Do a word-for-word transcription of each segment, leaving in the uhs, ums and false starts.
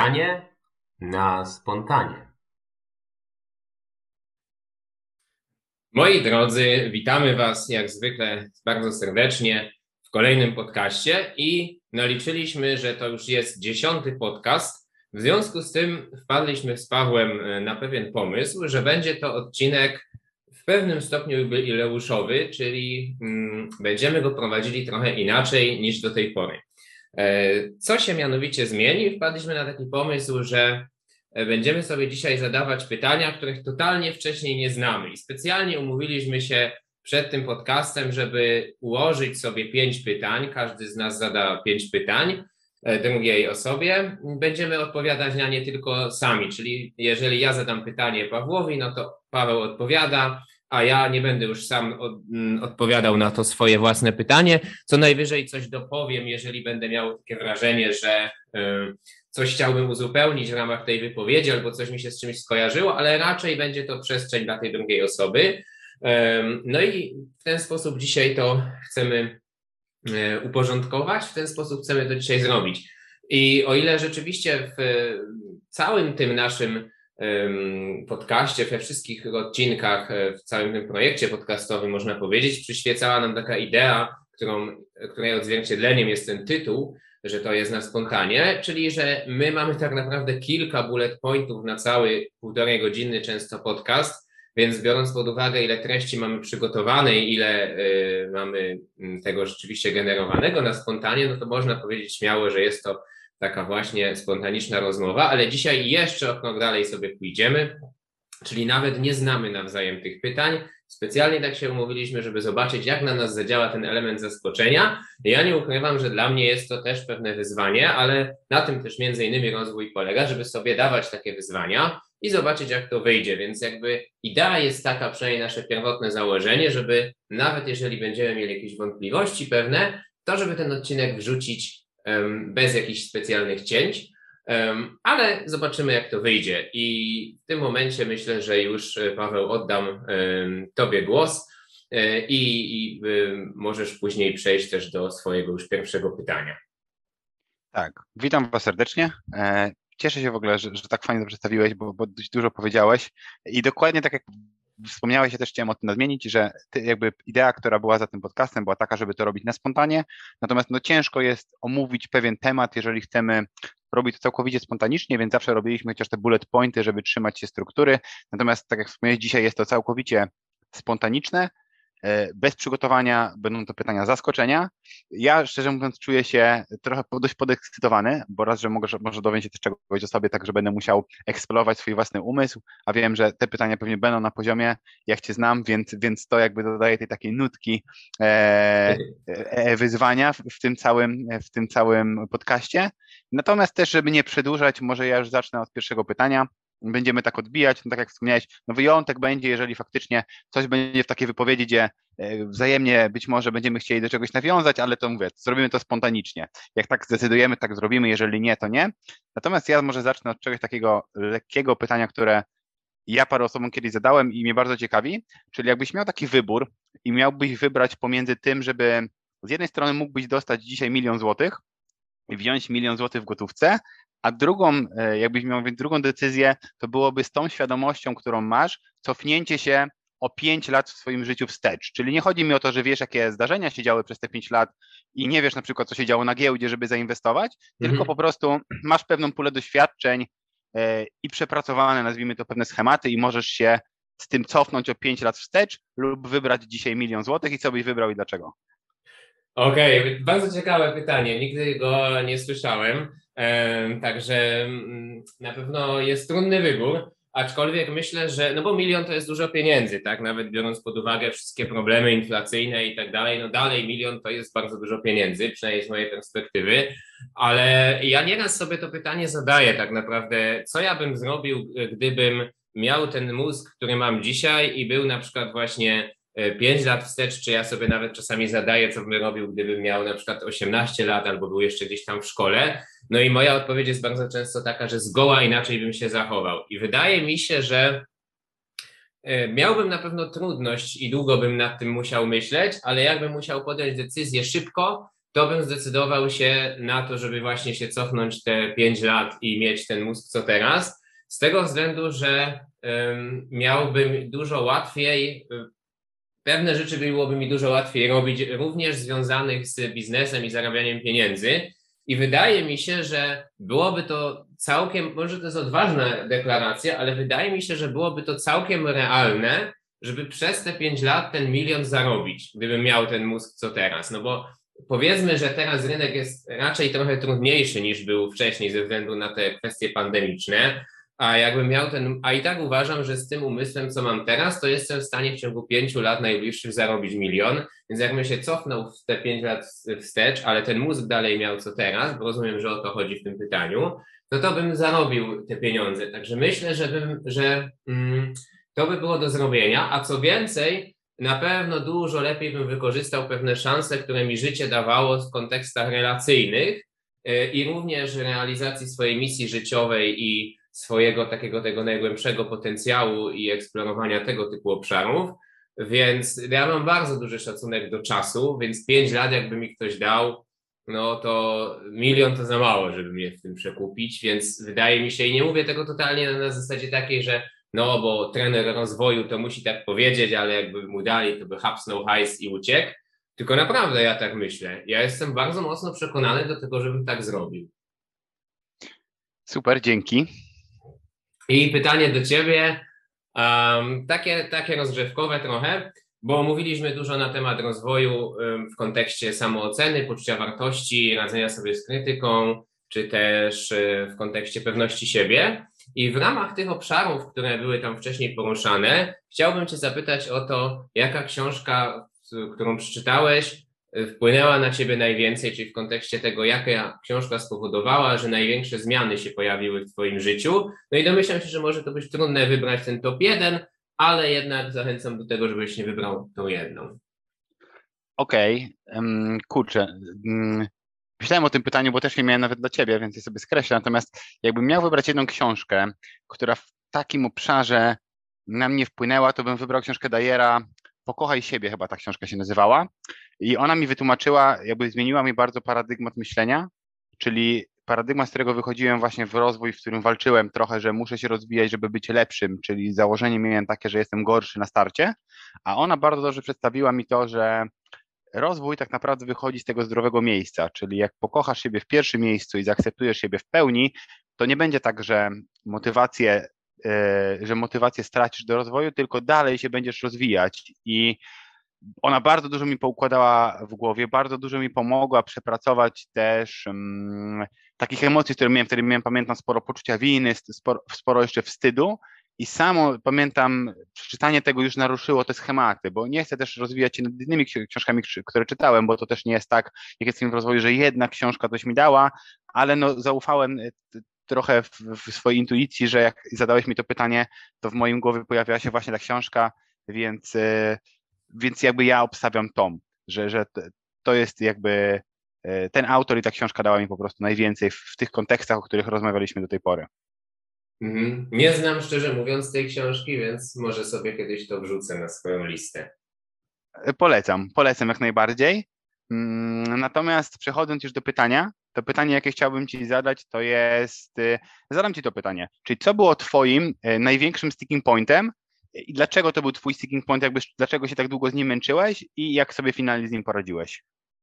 Pytanie na spontanie. Moi drodzy, witamy Was jak zwykle bardzo serdecznie w kolejnym podcaście i naliczyliśmy, że to już jest dziesiąty podcast. W związku z tym wpadliśmy z Pawłem na pewien pomysł, że będzie to odcinek w pewnym stopniu jubileuszowy, czyli mm, będziemy go prowadzili trochę inaczej niż do tej pory. Co się mianowicie zmieni? Wpadliśmy na taki pomysł, że będziemy sobie dzisiaj zadawać pytania, których totalnie wcześniej nie znamy i specjalnie umówiliśmy się przed tym podcastem, żeby ułożyć sobie pięć pytań. Każdy z nas zada pięć pytań drugiej osobie. Będziemy odpowiadać na nie tylko sami, czyli jeżeli ja zadam pytanie Pawłowi, no to Paweł odpowiada, a ja nie będę już sam od, odpowiadał na to swoje własne pytanie. Co najwyżej coś dopowiem, jeżeli będę miał takie wrażenie, że y, coś chciałbym uzupełnić w ramach tej wypowiedzi albo coś mi się z czymś skojarzyło, ale raczej będzie to przestrzeń dla tej drugiej osoby. Y, no i w ten sposób dzisiaj to chcemy y, uporządkować, w ten sposób chcemy to dzisiaj zrobić. I o ile rzeczywiście w całym tym naszym podcaście, we wszystkich odcinkach, w całym tym projekcie podcastowym, można powiedzieć, przyświecała nam taka idea, którą, której odzwierciedleniem jest ten tytuł, że to jest na spontanie, czyli że my mamy tak naprawdę kilka bullet pointów na cały półtorej godziny często podcast, więc biorąc pod uwagę, ile treści mamy przygotowanej, ile y, mamy tego rzeczywiście generowanego na spontanie, no to można powiedzieć śmiało, że jest to taka właśnie spontaniczna rozmowa, ale dzisiaj jeszcze o krok dalej sobie pójdziemy, czyli nawet nie znamy nawzajem tych pytań. Specjalnie tak się umówiliśmy, żeby zobaczyć, jak na nas zadziała ten element zaskoczenia. Ja nie ukrywam, że dla mnie jest to też pewne wyzwanie, ale na tym też między innymi rozwój polega, żeby sobie dawać takie wyzwania i zobaczyć, jak to wyjdzie. Więc jakby idea jest taka, przynajmniej nasze pierwotne założenie, żeby nawet jeżeli będziemy mieli jakieś wątpliwości pewne, to żeby ten odcinek wrzucić bez jakichś specjalnych cięć, ale zobaczymy, jak to wyjdzie. I w tym momencie myślę, że już, Paweł, oddam Tobie głos i, i możesz później przejść też do swojego już pierwszego pytania. Tak, witam Was serdecznie. Cieszę się w ogóle, że, że tak fajnie to przedstawiłeś, bo, bo dość dużo powiedziałeś i dokładnie tak jak wspomniałeś, ja też chciałem o tym nadmienić, że ty, jakby idea, która była za tym podcastem, była taka, żeby to robić na spontanie, natomiast no ciężko jest omówić pewien temat, jeżeli chcemy robić to całkowicie spontanicznie, więc zawsze robiliśmy chociaż te bullet pointy, żeby trzymać się struktury, natomiast tak jak wspomniałeś, dzisiaj jest to całkowicie spontaniczne, bez przygotowania, będą to pytania zaskoczenia. Ja szczerze mówiąc czuję się trochę dość podekscytowany, bo raz, że mogę, może dowiem się też czegoś o sobie, tak że będę musiał eksplorować swój własny umysł, a wiem, że te pytania pewnie będą na poziomie, jak Cię znam, więc, więc to jakby dodaje tej takiej nutki e, e, wyzwania w, w tym całym, w tym całym podcaście. Natomiast też, żeby nie przedłużać, może ja już zacznę od pierwszego pytania. Będziemy tak odbijać, no tak jak wspomniałeś, no wyjątek będzie, jeżeli faktycznie coś będzie w takiej wypowiedzi, gdzie wzajemnie być może będziemy chcieli do czegoś nawiązać, ale to mówię, zrobimy to spontanicznie. Jak tak zdecydujemy, tak zrobimy, jeżeli nie, to nie. Natomiast ja może zacznę od czegoś takiego lekkiego pytania, które ja parę osobom kiedyś zadałem i mnie bardzo ciekawi, czyli jakbyś miał taki wybór i miałbyś wybrać pomiędzy tym, żeby z jednej strony mógłbyś dostać dzisiaj milion złotych i wziąć milion złotych w gotówce, a drugą, jakbyś miał mieć drugą decyzję, to byłoby z tą świadomością, którą masz, cofnięcie się o pięć lat w swoim życiu wstecz. Czyli nie chodzi mi o to, że wiesz, jakie zdarzenia się działy przez te pięć lat i nie wiesz na przykład, co się działo na giełdzie, żeby zainwestować, mhm. tylko po prostu masz pewną pulę doświadczeń i przepracowane, nazwijmy to, pewne schematy i możesz się z tym cofnąć o pięć lat wstecz lub wybrać dzisiaj milion złotych i co byś wybrał i dlaczego? Okej, okay, bardzo ciekawe pytanie. Nigdy go nie słyszałem. Także na pewno jest trudny wybór, aczkolwiek myślę, że, no bo milion to jest dużo pieniędzy, tak, nawet biorąc pod uwagę wszystkie problemy inflacyjne i tak dalej, no dalej milion to jest bardzo dużo pieniędzy, przynajmniej z mojej perspektywy, ale ja nieraz sobie to pytanie zadaję tak naprawdę, co ja bym zrobił, gdybym miał ten mózg, który mam dzisiaj i był na przykład właśnie pięć lat wstecz, czy ja sobie nawet czasami zadaję, co bym robił, gdybym miał na przykład osiemnaście lat albo był jeszcze gdzieś tam w szkole. No i moja odpowiedź jest bardzo często taka, że zgoła inaczej bym się zachował. I wydaje mi się, że miałbym na pewno trudność i długo bym nad tym musiał myśleć, ale jakbym musiał podjąć decyzję szybko, to bym zdecydował się na to, żeby właśnie się cofnąć te pięć lat i mieć ten mózg co teraz, z tego względu, że um, miałbym dużo łatwiej, pewne rzeczy byłoby mi dużo łatwiej robić, również związanych z biznesem i zarabianiem pieniędzy. I wydaje mi się, że byłoby to całkiem, może to jest odważna deklaracja, ale wydaje mi się, że byłoby to całkiem realne, żeby przez te pięć lat ten milion zarobić, gdybym miał ten mózg co teraz. No bo powiedzmy, że teraz rynek jest raczej trochę trudniejszy niż był wcześniej ze względu na te kwestie pandemiczne, a jakbym miał ten, a i tak uważam, że z tym umysłem, co mam teraz, to jestem w stanie w ciągu pięciu lat najbliższych zarobić milion, więc jakbym się cofnął w te pięć lat wstecz, ale ten mózg dalej miał co teraz, bo rozumiem, że o to chodzi w tym pytaniu, no to bym zarobił te pieniądze. Także myślę, że, bym, że mm, to by było do zrobienia, a co więcej, na pewno dużo lepiej bym wykorzystał pewne szanse, które mi życie dawało w kontekstach relacyjnych yy, i również realizacji swojej misji życiowej i swojego takiego tego najgłębszego potencjału i eksplorowania tego typu obszarów, więc ja mam bardzo duży szacunek do czasu, więc pięć lat jakby mi ktoś dał, no to milion to za mało, żeby mnie w tym przekupić, więc wydaje mi się, i nie mówię tego totalnie na zasadzie takiej, że no bo trener rozwoju to musi tak powiedzieć, ale jakby mu dali, to by hapsnął hajs i uciekł, tylko naprawdę ja tak myślę. Ja jestem bardzo mocno przekonany do tego, żebym tak zrobił. Super, dzięki. I pytanie do Ciebie, um, takie, takie rozgrzewkowe trochę, bo mówiliśmy dużo na temat rozwoju um, w kontekście samooceny, poczucia wartości, radzenia sobie z krytyką, czy też um, w kontekście pewności siebie. I w ramach tych obszarów, które były tam wcześniej poruszane, chciałbym Cię zapytać o to, jaka książka, którą przeczytałeś, wpłynęła na Ciebie najwięcej, czyli w kontekście tego, jaka książka spowodowała, że największe zmiany się pojawiły w Twoim życiu. No i domyślam się, że może to być trudne wybrać ten top jeden, ale jednak zachęcam do tego, żebyś nie wybrał tą jedną. Okej, okay. um, kurczę. Um, myślałem o tym pytaniu, bo też nie miałem nawet dla Ciebie, więc je sobie skreślę. Natomiast jakbym miał wybrać jedną książkę, która w takim obszarze na mnie wpłynęła, to bym wybrał książkę Dyera Pokochaj siebie, chyba ta książka się nazywała. I ona mi wytłumaczyła, jakby zmieniła mi bardzo paradygmat myślenia, czyli paradygmat, z którego wychodziłem właśnie w rozwój, w którym walczyłem trochę, że muszę się rozwijać, żeby być lepszym, czyli założenie miałem takie, że jestem gorszy na starcie, a ona bardzo dobrze przedstawiła mi to, że rozwój tak naprawdę wychodzi z tego zdrowego miejsca, czyli jak pokochasz siebie w pierwszym miejscu i zaakceptujesz siebie w pełni, to nie będzie tak, że motywację że motywację stracisz do rozwoju, tylko dalej się będziesz rozwijać i ona bardzo dużo mi poukładała w głowie, bardzo dużo mi pomogła przepracować też um, takich emocji, które miałem, wtedy miałem, pamiętam, sporo poczucia winy, sporo, sporo jeszcze wstydu i samo pamiętam, przeczytanie tego już naruszyło te schematy, bo nie chcę też rozwijać się nad innymi książkami, które czytałem, bo to też nie jest tak, jak jestem w rozwoju, że jedna książka coś mi dała, ale no zaufałem trochę w, w swojej intuicji, że jak zadałeś mi to pytanie, to w moim głowie pojawiała się właśnie ta książka, więc, więc jakby ja obstawiam tą, że, że to jest jakby ten autor i ta książka dała mi po prostu najwięcej w, w tych kontekstach, o których rozmawialiśmy do tej pory. Mhm. Nie znam, szczerze mówiąc, tej książki, więc może sobie kiedyś to wrzucę na swoją listę. Polecam, polecam jak najbardziej. Natomiast przechodząc już do pytania, to pytanie, jakie chciałbym Ci zadać, to jest, zadam Ci to pytanie, czyli co było Twoim największym sticking pointem i dlaczego to był Twój sticking point, jakby, dlaczego się tak długo z nim męczyłeś i jak sobie finalnie z nim poradziłeś?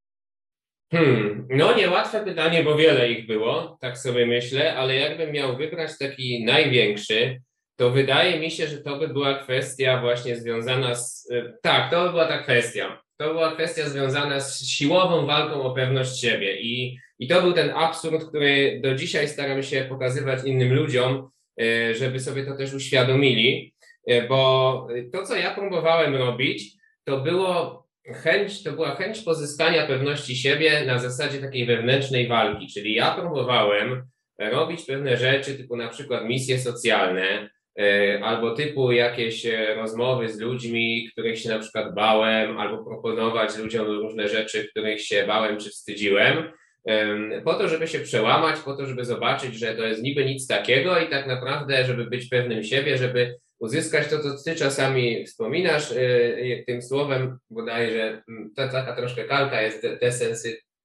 Hmm, no niełatwe pytanie, bo wiele ich było, tak sobie myślę, ale jakbym miał wybrać taki największy, to wydaje mi się, że to by była kwestia właśnie związana z, tak, to by była ta kwestia. To była kwestia związana z siłową walką o pewność siebie i, i to był ten absurd, który do dzisiaj staram się pokazywać innym ludziom, żeby sobie to też uświadomili, bo to, co ja próbowałem robić, to było chęć, to była chęć pozyskania pewności siebie na zasadzie takiej wewnętrznej walki, czyli ja próbowałem robić pewne rzeczy, typu na przykład misje socjalne, albo typu jakieś rozmowy z ludźmi, których się na przykład bałem, albo proponować ludziom różne rzeczy, których się bałem czy wstydziłem, po to, żeby się przełamać, po to, żeby zobaczyć, że to jest niby nic takiego i tak naprawdę, żeby być pewnym siebie, żeby uzyskać to, co Ty czasami wspominasz tym słowem, bodajże to taka troszkę kalka jest desensy,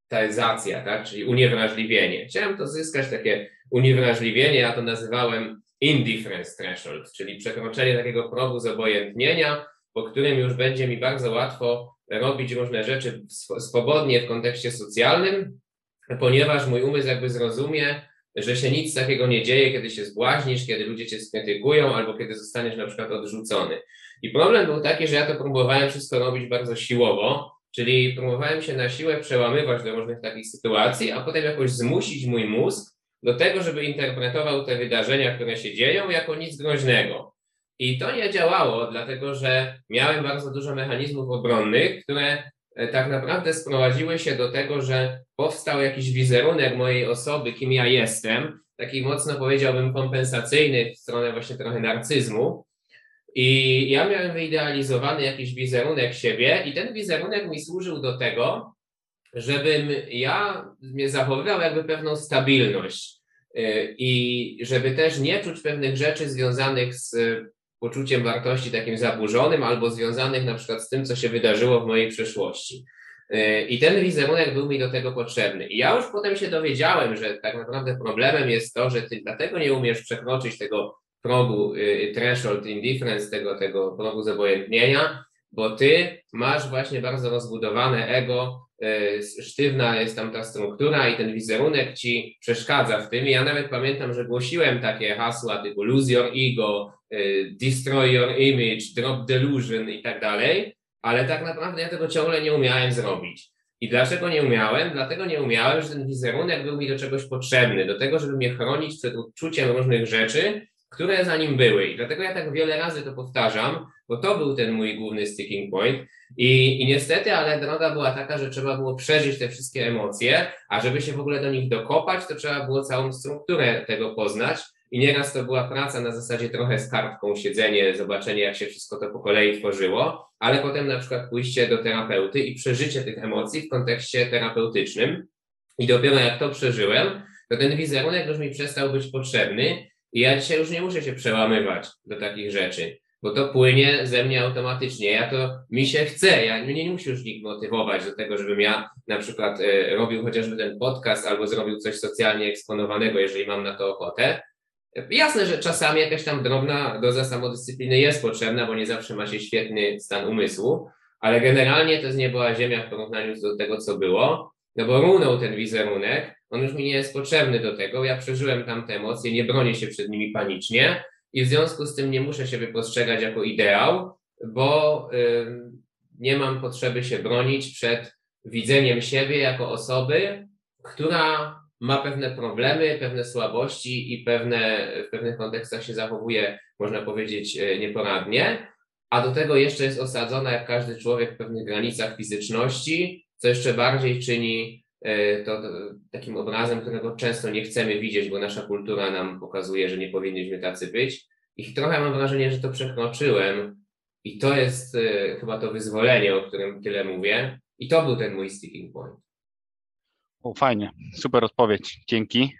desensytyzacja, tak? Czyli uniewrażliwienie. Chciałem to zyskać, takie uniewrażliwienie, ja to nazywałem indifference threshold, czyli przekroczenie takiego progu zobojętnienia, po którym już będzie mi bardzo łatwo robić różne rzeczy swobodnie w kontekście socjalnym, ponieważ mój umysł jakby zrozumie, że się nic takiego nie dzieje, kiedy się zbłaźnisz, kiedy ludzie cię skrytykują albo kiedy zostaniesz na przykład odrzucony. I problem był taki, że ja to próbowałem wszystko robić bardzo siłowo, czyli próbowałem się na siłę przełamywać do różnych takich sytuacji, a potem jakoś zmusić mój mózg do tego, żeby interpretował te wydarzenia, które się dzieją, jako nic groźnego. I to nie działało, dlatego że miałem bardzo dużo mechanizmów obronnych, które tak naprawdę sprowadziły się do tego, że powstał jakiś wizerunek mojej osoby, kim ja jestem, taki mocno powiedziałbym kompensacyjny w stronę właśnie trochę narcyzmu. I ja miałem wyidealizowany jakiś wizerunek siebie i ten wizerunek mi służył do tego, żebym ja mnie zachowywał jakby pewną stabilność i żeby też nie czuć pewnych rzeczy związanych z poczuciem wartości takim zaburzonym albo związanych na przykład z tym, co się wydarzyło w mojej przeszłości. I ten wizerunek był mi do tego potrzebny. I ja już potem się dowiedziałem, że tak naprawdę problemem jest to, że ty dlatego nie umiesz przekroczyć tego progu threshold indifference, tego, tego progu zobojętnienia, bo ty masz właśnie bardzo rozbudowane ego, sztywna jest tam ta struktura i ten wizerunek ci przeszkadza w tym. I ja nawet pamiętam, że głosiłem takie hasła typu lose your ego, destroy your image, drop delusion i tak dalej, ale tak naprawdę ja tego ciągle nie umiałem zrobić. I dlaczego nie umiałem? Dlatego nie umiałem, że ten wizerunek był mi do czegoś potrzebny, do tego, żeby mnie chronić przed odczuciem różnych rzeczy, które za nim były. I dlatego ja tak wiele razy to powtarzam, bo to był ten mój główny sticking point. I, i niestety, ale droga była taka, że trzeba było przeżyć te wszystkie emocje, a żeby się w ogóle do nich dokopać, to trzeba było całą strukturę tego poznać. I nieraz to była praca na zasadzie trochę z kartką, siedzenie, zobaczenie, jak się wszystko to po kolei tworzyło, ale potem na przykład pójście do terapeuty i przeżycie tych emocji w kontekście terapeutycznym. I dopiero jak to przeżyłem, to ten wizerunek już mi przestał być potrzebny i ja dzisiaj już nie muszę się przełamywać do takich rzeczy, bo to płynie ze mnie automatycznie. Ja to, mi się chce, ja mnie nie musi już nikt motywować do tego, żebym ja na przykład e, robił chociażby ten podcast albo zrobił coś socjalnie eksponowanego, jeżeli mam na to ochotę. Jasne, że czasami jakaś tam drobna doza samodyscypliny jest potrzebna, bo nie zawsze ma się świetny stan umysłu, ale generalnie to z nie była ziemia w porównaniu do tego, co było, no bo runął ten wizerunek, on już mi nie jest potrzebny do tego, ja przeżyłem tamte emocje, nie bronię się przed nimi panicznie i w związku z tym nie muszę siebie postrzegać jako ideał, bo yy, nie mam potrzeby się bronić przed widzeniem siebie jako osoby, która ma pewne problemy, pewne słabości i pewne, w pewnych kontekstach się zachowuje, można powiedzieć, nieporadnie, a do tego jeszcze jest osadzona, jak każdy człowiek, w pewnych granicach fizyczności, co jeszcze bardziej czyni to, to takim obrazem, którego często nie chcemy widzieć, bo nasza kultura nam pokazuje, że nie powinniśmy tacy być. I trochę mam wrażenie, że to przekroczyłem i to jest chyba to wyzwolenie, o którym tyle mówię, i to był ten mój sticking point. O, fajnie, super odpowiedź, dzięki.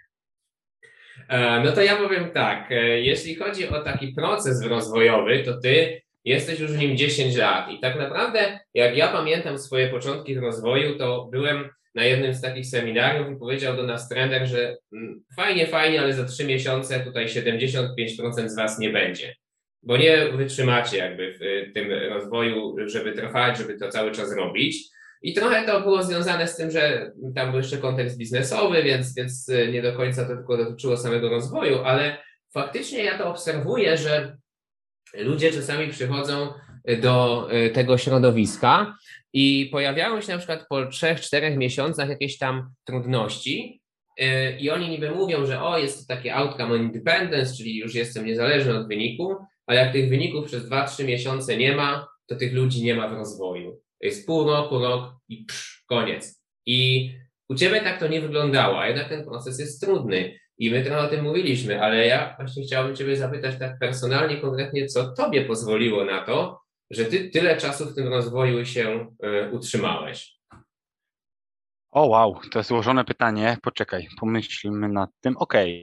No to ja powiem tak, jeśli chodzi o taki proces rozwojowy, to ty jesteś już w nim dziesięć lat i tak naprawdę jak ja pamiętam swoje początki w rozwoju, to byłem na jednym z takich seminariów i powiedział do nas trener, że fajnie, fajnie, ale za trzy miesiące tutaj siedemdziesiąt pięć procent z was nie będzie, bo nie wytrzymacie jakby w tym rozwoju, żeby trwać, żeby to cały czas robić. I trochę to było związane z tym, że tam był jeszcze kontekst biznesowy, więc, więc nie do końca to tylko dotyczyło samego rozwoju, ale faktycznie ja to obserwuję, że ludzie czasami przychodzą do tego środowiska i pojawiają się na przykład po trzech, czterech miesiącach jakieś tam trudności i oni niby mówią, że o, jest to takie outcome independence, czyli już jestem niezależny od wyniku, ale jak tych wyników przez dwa, trzy miesiące nie ma, to tych ludzi nie ma w rozwoju. To jest pół roku, rok i psz, koniec. I u ciebie tak to nie wyglądało, a jednak ten proces jest trudny. I my trochę o tym mówiliśmy, ale ja właśnie chciałbym ciebie zapytać tak personalnie, konkretnie, co tobie pozwoliło na to, że ty tyle czasu w tym rozwoju się y, utrzymałeś? O wow, to jest złożone pytanie. Poczekaj, pomyślmy nad tym. Okej, okay.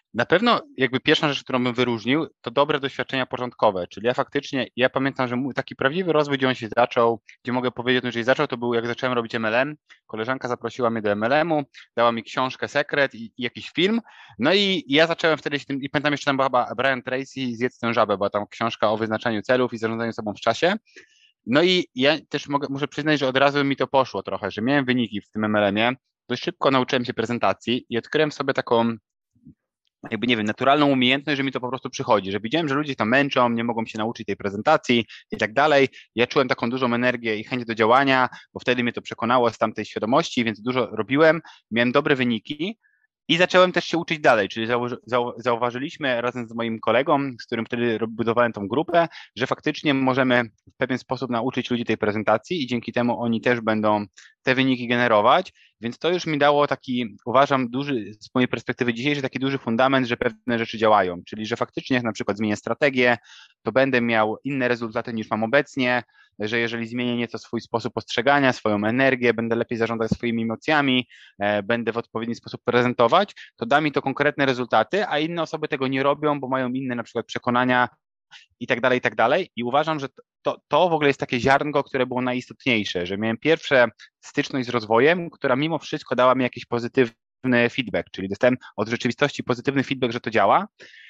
Na pewno jakby pierwsza rzecz, którą bym wyróżnił, to dobre doświadczenia początkowe, czyli ja faktycznie, ja pamiętam, że mój taki prawdziwy rozwój, gdzie on się zaczął, gdzie mogę powiedzieć, że zaczął, to był jak zacząłem robić M L M, koleżanka zaprosiła mnie do M L M-u, dała mi książkę Sekret i, i jakiś film, no i ja zacząłem wtedy się tym, i pamiętam jeszcze tam była chyba Brian Tracy, Zjedz tę żabę, była tam książka o wyznaczaniu celów i zarządzaniu sobą w czasie. No i ja też mogę, muszę przyznać, że od razu mi to poszło trochę, że miałem wyniki w tym M L M-ie, dość szybko nauczyłem się prezentacji i odkryłem sobie taką jakby, nie wiem, naturalną umiejętność, że mi to po prostu przychodzi, że widziałem, że ludzie tam męczą, nie mogą się nauczyć tej prezentacji i tak dalej. Ja czułem taką dużą energię i chęć do działania, bo wtedy mnie to przekonało z tamtej świadomości, więc dużo robiłem, miałem dobre wyniki. I zacząłem też się uczyć dalej, czyli zauważy, zau, zauważyliśmy razem z moim kolegą, z którym wtedy budowałem tą grupę, że faktycznie możemy w pewien sposób nauczyć ludzi tej prezentacji i dzięki temu oni też będą te wyniki generować, więc to już mi dało taki, uważam, duży, z mojej perspektywy dzisiejszej, taki duży fundament, że pewne rzeczy działają, czyli że faktycznie jak na przykład zmienię strategię, to będę miał inne rezultaty niż mam obecnie, że jeżeli zmienię nieco swój sposób postrzegania, swoją energię, będę lepiej zarządzać swoimi emocjami, e, będę w odpowiedni sposób prezentować, to da mi to konkretne rezultaty, a inne osoby tego nie robią, bo mają inne na przykład przekonania i tak dalej, i tak dalej. I uważam, że to, to w ogóle jest takie ziarnko, które było najistotniejsze, że miałem pierwsze styczność z rozwojem, która mimo wszystko dała mi jakiś pozytywny feedback, czyli dostałem od rzeczywistości pozytywny feedback, że to działa.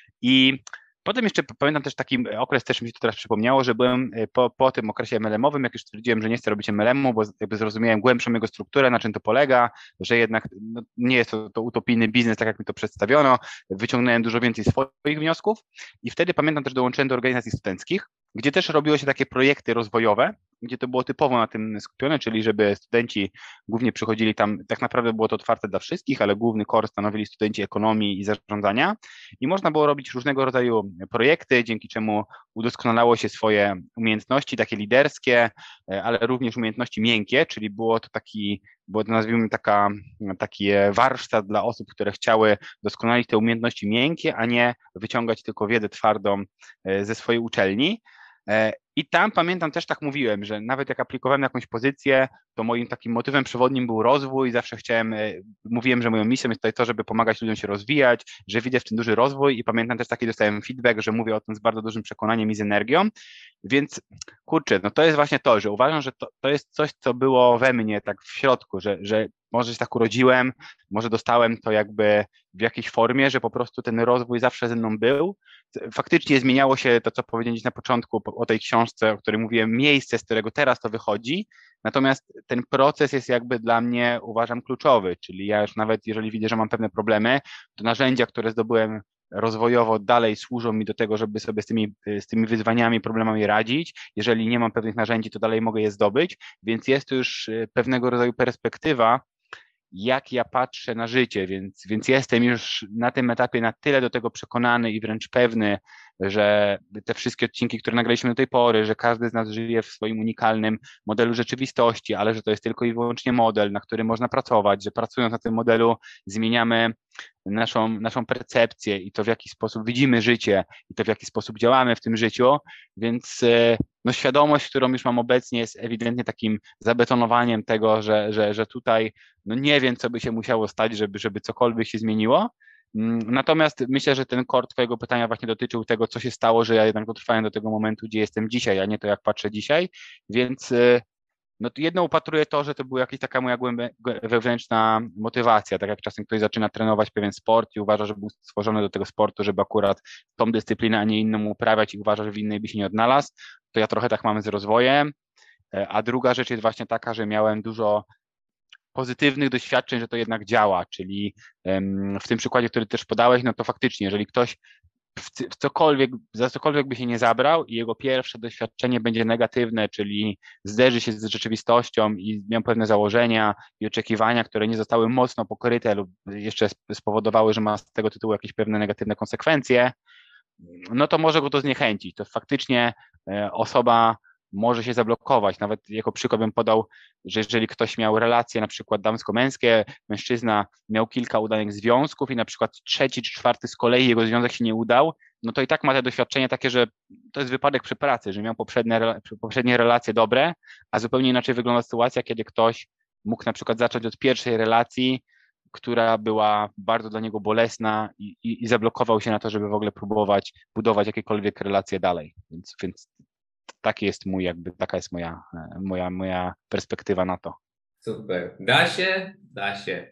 I potem jeszcze pamiętam też taki okres, też mi się to teraz przypomniało, że byłem po, po tym okresie M L M-owym, jak już stwierdziłem, że nie chcę robić M L M-u, bo jakby zrozumiałem głębszą jego strukturę, na czym to polega, że jednak no, nie jest to, to utopijny biznes, tak jak mi to przedstawiono, wyciągnąłem dużo więcej swoich wniosków i wtedy pamiętam też dołączyłem do organizacji studenckich, gdzie też robiło się takie projekty rozwojowe, gdzie to było typowo na tym skupione, czyli żeby studenci głównie przychodzili tam, tak naprawdę było to otwarte dla wszystkich, ale główny core stanowili studenci ekonomii i zarządzania i można było robić różnego rodzaju projekty, dzięki czemu udoskonalało się swoje umiejętności takie liderskie, ale również umiejętności miękkie, czyli było to taki, było to nazwijmy taka, taki warsztat dla osób, które chciały doskonalić te umiejętności miękkie, a nie wyciągać tylko wiedzę twardą ze swojej uczelni. I tam pamiętam, też tak mówiłem, że nawet jak aplikowałem na jakąś pozycję, to moim takim motywem przewodnim był rozwój, zawsze chciałem, mówiłem, że moją misją jest tutaj to, żeby pomagać ludziom się rozwijać, że widzę w tym duży rozwój i pamiętam też taki dostałem feedback, że mówię o tym z bardzo dużym przekonaniem i z energią, więc kurczę, no to jest właśnie to, że uważam, że to, to jest coś, co było we mnie tak w środku, że, że może się tak urodziłem, może dostałem to jakby w jakiejś formie, że po prostu ten rozwój zawsze ze mną był. Faktycznie zmieniało się to, co powiedziałem na początku o tej książce, o której mówiłem, miejsce, z którego teraz to wychodzi, natomiast ten proces jest jakby dla mnie, uważam, kluczowy, czyli ja już nawet jeżeli widzę, że mam pewne problemy, to narzędzia, które zdobyłem rozwojowo dalej służą mi do tego, żeby sobie z tymi, z tymi wyzwaniami, problemami radzić. Jeżeli nie mam pewnych narzędzi, to dalej mogę je zdobyć, więc jest to już pewnego rodzaju perspektywa, jak ja patrzę na życie, więc, więc jestem już na tym etapie na tyle do tego przekonany i wręcz pewny, że te wszystkie odcinki, które nagraliśmy do tej pory, że każdy z nas żyje w swoim unikalnym modelu rzeczywistości, ale że to jest tylko i wyłącznie model, na którym można pracować, że pracując na tym modelu zmieniamy naszą, naszą percepcję i to, w jaki sposób widzimy życie i to, w jaki sposób działamy w tym życiu, więc no, świadomość, którą już mam obecnie, jest ewidentnie takim zabetonowaniem tego, że, że, że tutaj no nie wiem, co by się musiało stać, żeby, żeby cokolwiek się zmieniło. Natomiast myślę, że ten core twojego pytania właśnie dotyczył tego, co się stało, że ja jednak dotrwałem do tego momentu, gdzie jestem dzisiaj, a nie to, jak patrzę dzisiaj, więc no to jedno upatruję to, że to była jakaś taka moja głębia, wewnętrzna motywacja, tak jak czasem ktoś zaczyna trenować pewien sport i uważa, że był stworzony do tego sportu, żeby akurat tą dyscyplinę, a nie inną uprawiać i uważa, że w innej by się nie odnalazł, to ja trochę tak mam z rozwojem, a druga rzecz jest właśnie taka, że miałem dużo pozytywnych doświadczeń, że to jednak działa, czyli w tym przykładzie, który też podałeś, no to faktycznie, jeżeli ktoś w cokolwiek, za cokolwiek by się nie zabrał i jego pierwsze doświadczenie będzie negatywne, czyli zderzy się z rzeczywistością i miał pewne założenia i oczekiwania, które nie zostały mocno pokryte lub jeszcze spowodowały, że ma z tego tytułu jakieś pewne negatywne konsekwencje, no to może go to zniechęcić. To faktycznie osoba może się zablokować. Nawet jako przykład bym podał, że jeżeli ktoś miał relacje na przykład damsko-męskie, mężczyzna miał kilka udanych związków i na przykład trzeci czy czwarty z kolei jego związek się nie udał, no to i tak ma te doświadczenie takie, że to jest wypadek przy pracy, że miał poprzednie, poprzednie relacje dobre, a zupełnie inaczej wygląda sytuacja, kiedy ktoś mógł na przykład zacząć od pierwszej relacji, która była bardzo dla niego bolesna i, i, i zablokował się na to, żeby w ogóle próbować budować jakiekolwiek relacje dalej. Więc, więc taki jest mój, jakby taka jest moja, moja, moja perspektywa na to. Super. Da się? Da się.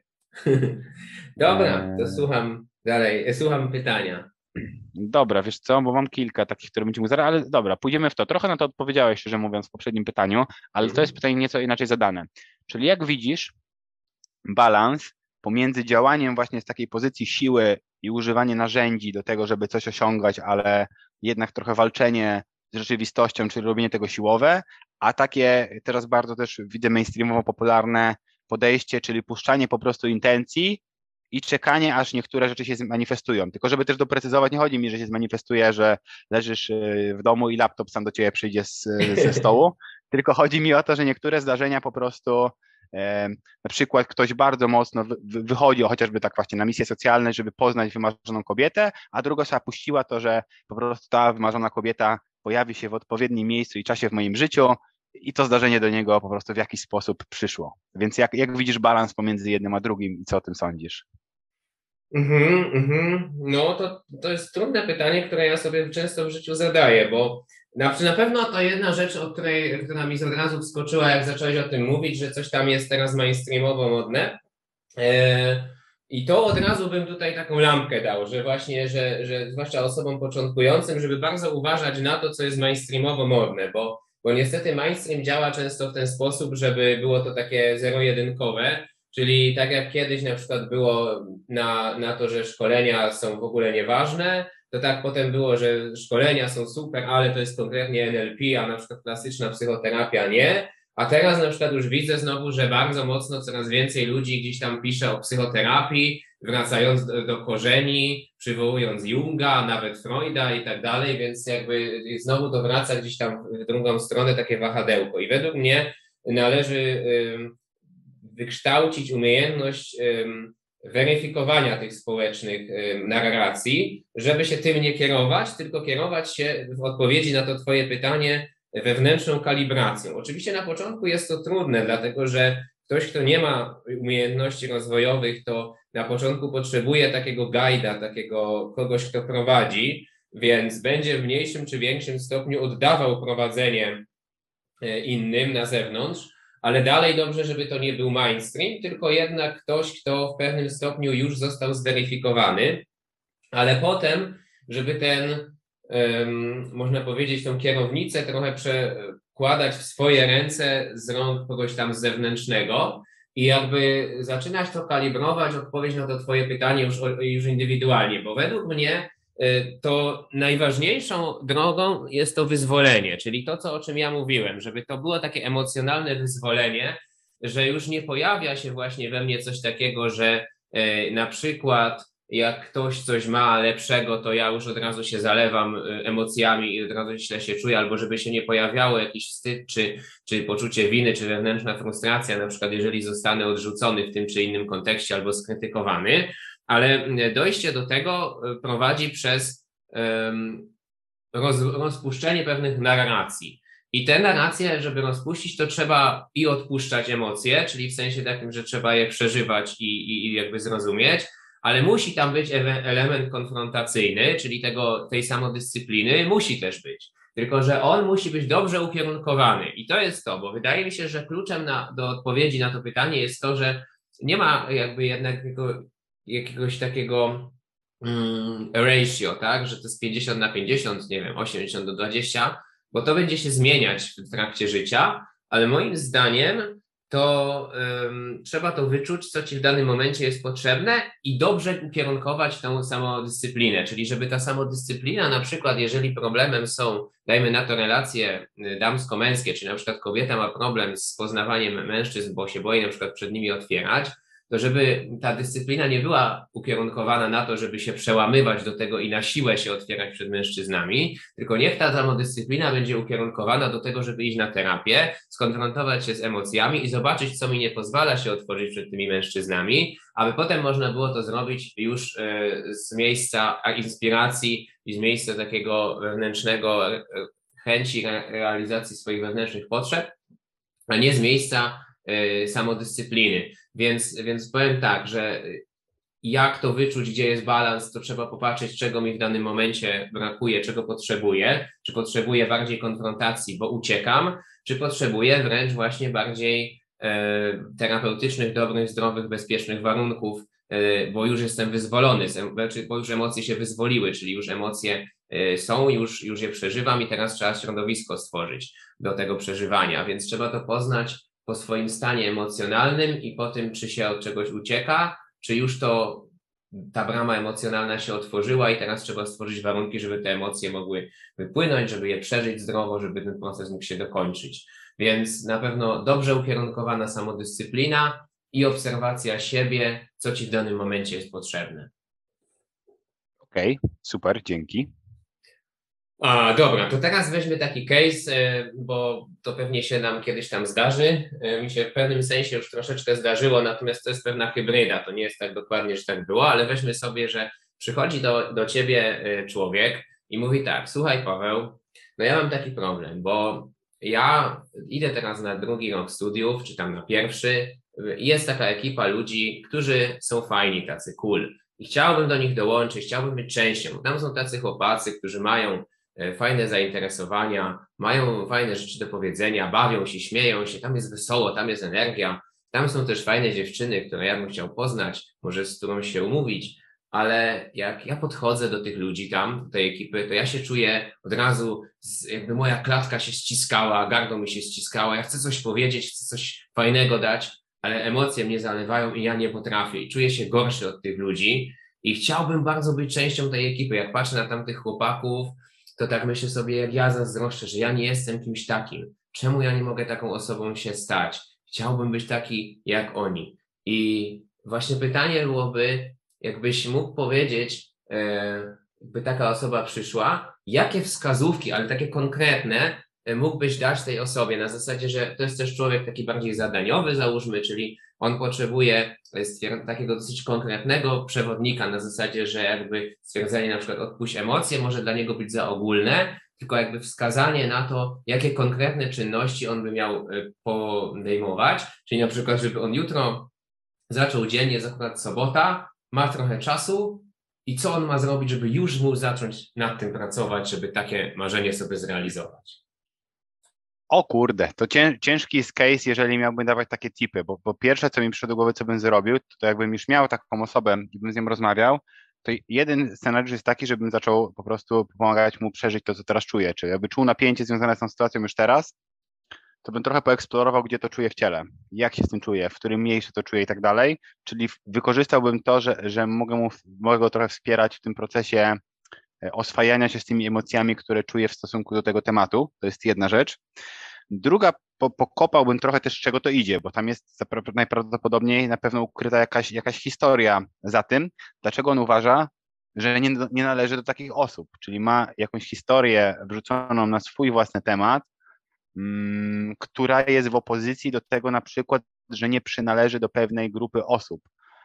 Dobra, to słucham dalej, słucham pytania. Dobra, wiesz co, bo mam kilka takich, które będziemy zaraz, ale dobra, pójdziemy w to. Trochę na to odpowiedziałeś, szczerze mówiąc, w poprzednim pytaniu, ale to jest pytanie nieco inaczej zadane. Czyli jak widzisz balans pomiędzy działaniem właśnie z takiej pozycji siły i używanie narzędzi do tego, żeby coś osiągać, ale jednak trochę walczenie z rzeczywistością, czyli robienie tego siłowe, a takie teraz bardzo też widzę mainstreamowo popularne podejście, czyli puszczanie po prostu intencji i czekanie, aż niektóre rzeczy się zmanifestują. Tylko żeby też doprecyzować, nie chodzi mi, że się zmanifestuje, że leżysz w domu i laptop sam do ciebie przyjdzie z, ze stołu, tylko chodzi mi o to, że niektóre zdarzenia po prostu, e, na przykład ktoś bardzo mocno wy, wychodzi chociażby tak właśnie na misje socjalne, żeby poznać wymarzoną kobietę, a druga osoba puściła to, że po prostu ta wymarzona kobieta pojawi się w odpowiednim miejscu i czasie w moim życiu i to zdarzenie do niego po prostu w jakiś sposób przyszło. Więc jak, jak widzisz balans pomiędzy jednym a drugim i co o tym sądzisz? Mhm, mhm. No to, to jest trudne pytanie, które ja sobie często w życiu zadaję, bo na, na pewno to jedna rzecz, o której, która mi od razu wskoczyła, jak zacząłeś o tym mówić, że coś tam jest teraz mainstreamowo modne. E, I to od razu bym tutaj taką lampkę dał, że właśnie, że, że zwłaszcza osobom początkującym, żeby bardzo uważać na to, co jest mainstreamowo modne, bo, bo niestety mainstream działa często w ten sposób, żeby było to takie zero-jedynkowe. Czyli tak jak kiedyś na przykład było na, na to, że szkolenia są w ogóle nieważne, to tak potem było, że szkolenia są super, ale to jest konkretnie N L P, a na przykład klasyczna psychoterapia nie. A teraz na przykład już widzę znowu, że bardzo mocno coraz więcej ludzi gdzieś tam pisze o psychoterapii, wracając do, do korzeni, przywołując Junga, nawet Freuda i tak dalej, więc jakby znowu to wraca gdzieś tam w drugą stronę takie wahadełko. I według mnie należy wykształcić umiejętność um, weryfikowania tych społecznych um, narracji, żeby się tym nie kierować, tylko kierować się w odpowiedzi na to twoje pytanie wewnętrzną kalibracją. Oczywiście na początku jest to trudne, dlatego że ktoś, kto nie ma umiejętności rozwojowych, to na początku potrzebuje takiego guida, takiego kogoś, kto prowadzi, więc będzie w mniejszym czy większym stopniu oddawał prowadzenie innym na zewnątrz, ale dalej dobrze, żeby to nie był mainstream, tylko jednak ktoś, kto w pewnym stopniu już został zweryfikowany, ale potem, żeby ten, um, można powiedzieć, tą kierownicę trochę przekładać w swoje ręce z rąk kogoś tam zewnętrznego i jakby zaczynać to kalibrować, odpowiedź na to twoje pytanie już, już indywidualnie, bo według mnie to najważniejszą drogą jest to wyzwolenie, czyli to, co, o czym ja mówiłem, żeby to było takie emocjonalne wyzwolenie, że już nie pojawia się właśnie we mnie coś takiego, że e, na przykład jak ktoś coś ma lepszego, to ja już od razu się zalewam emocjami i od razu źle się czuję, albo żeby się nie pojawiało jakiś wstyd, czy, czy poczucie winy, czy wewnętrzna frustracja, na przykład jeżeli zostanę odrzucony w tym czy innym kontekście albo skrytykowany, ale dojście do tego prowadzi przez um, roz, rozpuszczenie pewnych narracji. I te narracje, żeby rozpuścić, to trzeba i odpuszczać emocje, czyli w sensie takim, że trzeba je przeżywać i, i, i jakby zrozumieć, ale musi tam być element konfrontacyjny, czyli tego, tej samodyscypliny, musi też być. Tylko że on musi być dobrze ukierunkowany. I to jest to, bo wydaje mi się, że kluczem na, do odpowiedzi na to pytanie jest to, że nie ma jakby jednak jakiegoś takiego mm, ratio, tak, że to jest pięćdziesiąt na pięćdziesiąt, nie wiem, osiemdziesiąt do dwudziestu, bo to będzie się zmieniać w trakcie życia, ale moim zdaniem to um, trzeba to wyczuć, co ci w danym momencie jest potrzebne i dobrze ukierunkować tą samodyscyplinę, czyli żeby ta samodyscyplina, na przykład jeżeli problemem są, dajmy na to relacje damsko-męskie, czyli na przykład kobieta ma problem z poznawaniem mężczyzn, bo się boi na przykład przed nimi otwierać, to żeby ta dyscyplina nie była ukierunkowana na to, żeby się przełamywać do tego i na siłę się otwierać przed mężczyznami, tylko niech ta samodyscyplina będzie ukierunkowana do tego, żeby iść na terapię, skonfrontować się z emocjami i zobaczyć, co mi nie pozwala się otworzyć przed tymi mężczyznami, aby potem można było to zrobić już z miejsca inspiracji i z miejsca takiego wewnętrznego chęci realizacji swoich wewnętrznych potrzeb, a nie z miejsca samodyscypliny. Więc, więc powiem tak, że jak to wyczuć, gdzie jest balans, to trzeba popatrzeć, czego mi w danym momencie brakuje, czego potrzebuję. Czy potrzebuję bardziej konfrontacji, bo uciekam, czy potrzebuję wręcz właśnie bardziej e, terapeutycznych, dobrych, zdrowych, bezpiecznych warunków, e, bo już jestem wyzwolony, bo już emocje się wyzwoliły, czyli już emocje e, są, już, już je przeżywam i teraz trzeba środowisko stworzyć do tego przeżywania, więc trzeba to poznać po swoim stanie emocjonalnym i po tym, czy się od czegoś ucieka, czy już to ta brama emocjonalna się otworzyła i teraz trzeba stworzyć warunki, żeby te emocje mogły wypłynąć, żeby je przeżyć zdrowo, żeby ten proces mógł się dokończyć. Więc na pewno dobrze ukierunkowana samodyscyplina i obserwacja siebie, co ci w danym momencie jest potrzebne. Okej, okay, super, dzięki. A, dobra, to teraz weźmy taki case, bo to pewnie się nam kiedyś tam zdarzy. Mi się w pewnym sensie już troszeczkę zdarzyło, natomiast to jest pewna hybryda, to nie jest tak dokładnie, że tak było, ale weźmy sobie, że przychodzi do, do ciebie człowiek i mówi tak, słuchaj Paweł, no ja mam taki problem, bo ja idę teraz na drugi rok studiów, czy tam na pierwszy i jest taka ekipa ludzi, którzy są fajni, tacy cool i chciałbym do nich dołączyć, chciałbym być częścią. Tam są tacy chłopacy, którzy mają fajne zainteresowania, mają fajne rzeczy do powiedzenia, bawią się, śmieją się, tam jest wesoło, tam jest energia, tam są też fajne dziewczyny, które ja bym chciał poznać, może z którą się umówić, ale jak ja podchodzę do tych ludzi tam, do tej ekipy, to ja się czuję od razu, jakby moja klatka się ściskała, gardło mi się ściskało, ja chcę coś powiedzieć, chcę coś fajnego dać, ale emocje mnie zalewają i ja nie potrafię i czuję się gorszy od tych ludzi i chciałbym bardzo być częścią tej ekipy. Jak patrzę na tamtych chłopaków, to tak myślę sobie, jak ja zazdroszczę, że ja nie jestem kimś takim. Czemu ja nie mogę taką osobą się stać? Chciałbym być taki jak oni. I właśnie pytanie byłoby, jakbyś mógł powiedzieć, e, by taka osoba przyszła, jakie wskazówki, ale takie konkretne, e, mógłbyś dać tej osobie na zasadzie, że to jest też człowiek taki bardziej zadaniowy, załóżmy, czyli on potrzebuje takiego dosyć konkretnego przewodnika na zasadzie, że jakby stwierdzenie na przykład odpuść emocje może dla niego być za ogólne, tylko jakby wskazanie na to, jakie konkretne czynności on by miał podejmować, czyli na przykład, żeby on jutro zaczął dzień, jest akurat sobota, ma trochę czasu i co on ma zrobić, żeby już mógł zacząć nad tym pracować, żeby takie marzenie sobie zrealizować. O kurde, to cię, ciężki jest case, jeżeli miałbym dawać takie tipy, bo, bo pierwsze, co mi przyszło do głowy, co bym zrobił, to jakbym już miał taką osobę i bym z nią rozmawiał, to jeden scenariusz jest taki, żebym zaczął po prostu pomagać mu przeżyć to, co teraz czuje, czyli jakby czuł napięcie związane z tą sytuacją już teraz, to bym trochę poeksplorował, gdzie to czuję w ciele, jak się z tym czuję, w którym miejscu to czuję i tak dalej, czyli wykorzystałbym to, że, że mogę, mu, mogę go trochę wspierać w tym procesie oswajania się z tymi emocjami, które czuję w stosunku do tego tematu. To jest jedna rzecz. Druga, po, pokopałbym trochę też, z czego to idzie, bo tam jest najprawdopodobniej na pewno ukryta jakaś, jakaś historia za tym, dlaczego on uważa, że nie, nie należy do takich osób, czyli ma jakąś historię wrzuconą na swój własny temat, mm, która jest w opozycji do tego na przykład, że nie przynależy do pewnej grupy osób.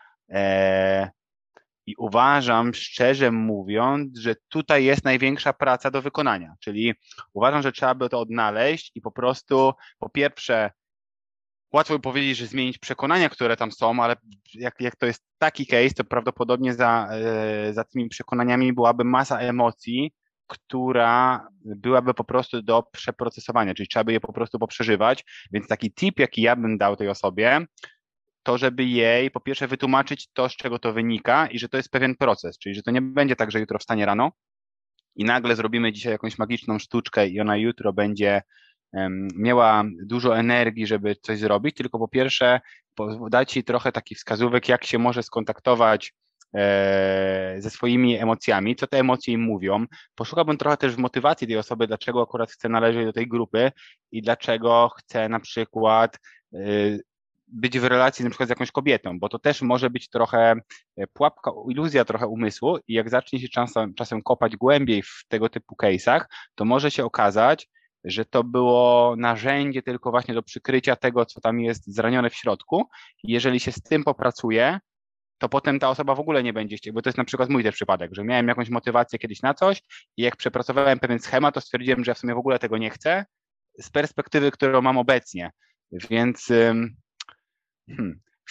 E, I uważam, szczerze mówiąc, że tutaj jest największa praca do wykonania, czyli uważam, że trzeba by to odnaleźć i po prostu, po pierwsze, łatwo by powiedzieć, że zmienić przekonania, które tam są, ale jak, jak to jest taki case, to prawdopodobnie za, za tymi przekonaniami byłaby masa emocji, która byłaby po prostu do przeprocesowania, czyli trzeba by je po prostu poprzeżywać, więc taki tip, jaki ja bym dał tej osobie, to żeby jej po pierwsze wytłumaczyć to, z czego to wynika i że to jest pewien proces, czyli że to nie będzie tak, że jutro wstanie rano i nagle zrobimy dzisiaj jakąś magiczną sztuczkę i ona jutro będzie um, miała dużo energii, żeby coś zrobić, tylko po pierwsze dać jej trochę takich wskazówek, jak się może skontaktować e, ze swoimi emocjami, co te emocje im mówią. Poszukałbym trochę też w motywacji tej osoby, dlaczego akurat chce należeć do tej grupy i dlaczego chce na przykład e, być w relacji na przykład z jakąś kobietą, bo to też może być trochę pułapka, iluzja trochę umysłu i jak zacznie się czasem, czasem kopać głębiej w tego typu case'ach, to może się okazać, że to było narzędzie tylko właśnie do przykrycia tego, co tam jest zranione w środku. I jeżeli się z tym popracuje, to potem ta osoba w ogóle nie będzie chciała, bo to jest na przykład mój też przypadek, że miałem jakąś motywację kiedyś na coś i jak przepracowałem pewien schemat, to stwierdziłem, że ja w sumie w ogóle tego nie chcę z perspektywy, którą mam obecnie. Więc Hmm.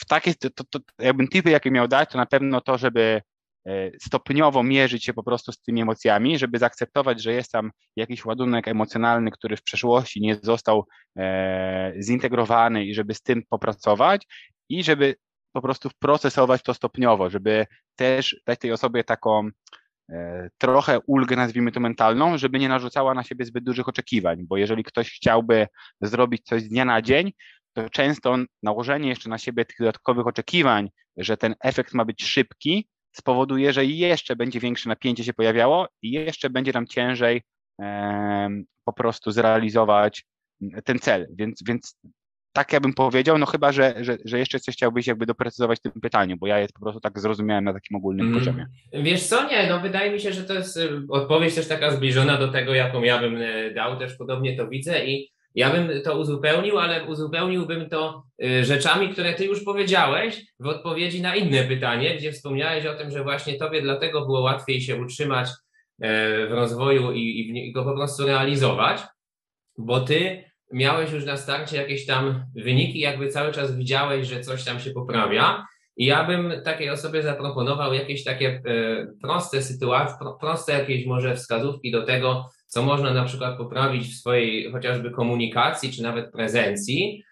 w takie, to, to, to jakbym tipy, jakie miał dać, to na pewno to, żeby stopniowo mierzyć się po prostu z tymi emocjami, żeby zaakceptować, że jest tam jakiś ładunek emocjonalny, który w przeszłości nie został e, zintegrowany i żeby z tym popracować i żeby po prostu procesować to stopniowo, żeby też dać tej osobie taką e, trochę ulgę, nazwijmy to mentalną, żeby nie narzucała na siebie zbyt dużych oczekiwań, bo jeżeli ktoś chciałby zrobić coś z dnia na dzień, to często nałożenie jeszcze na siebie tych dodatkowych oczekiwań, że ten efekt ma być szybki, spowoduje, że jeszcze będzie większe napięcie się pojawiało i jeszcze będzie nam ciężej e, po prostu zrealizować ten cel. Więc, więc tak ja bym powiedział, no chyba, że, że, że jeszcze coś chciałbyś jakby doprecyzować w tym pytaniu, bo ja je po prostu tak zrozumiałem na takim ogólnym mm. poziomie. Wiesz co, nie, no wydaje mi się, że to jest odpowiedź też taka zbliżona do tego, jaką ja bym dał, też podobnie to widzę i ja bym to uzupełnił, ale uzupełniłbym to rzeczami, które ty już powiedziałeś w odpowiedzi na inne pytanie, gdzie wspomniałeś o tym, że właśnie tobie dlatego było łatwiej się utrzymać w rozwoju i, i go po prostu realizować, bo ty miałeś już na starcie jakieś tam wyniki, jakby cały czas widziałeś, że coś tam się poprawia i ja bym takiej osobie zaproponował jakieś takie proste sytuacje, proste jakieś może wskazówki do tego, co można na przykład poprawić w swojej chociażby komunikacji, czy nawet prezencji,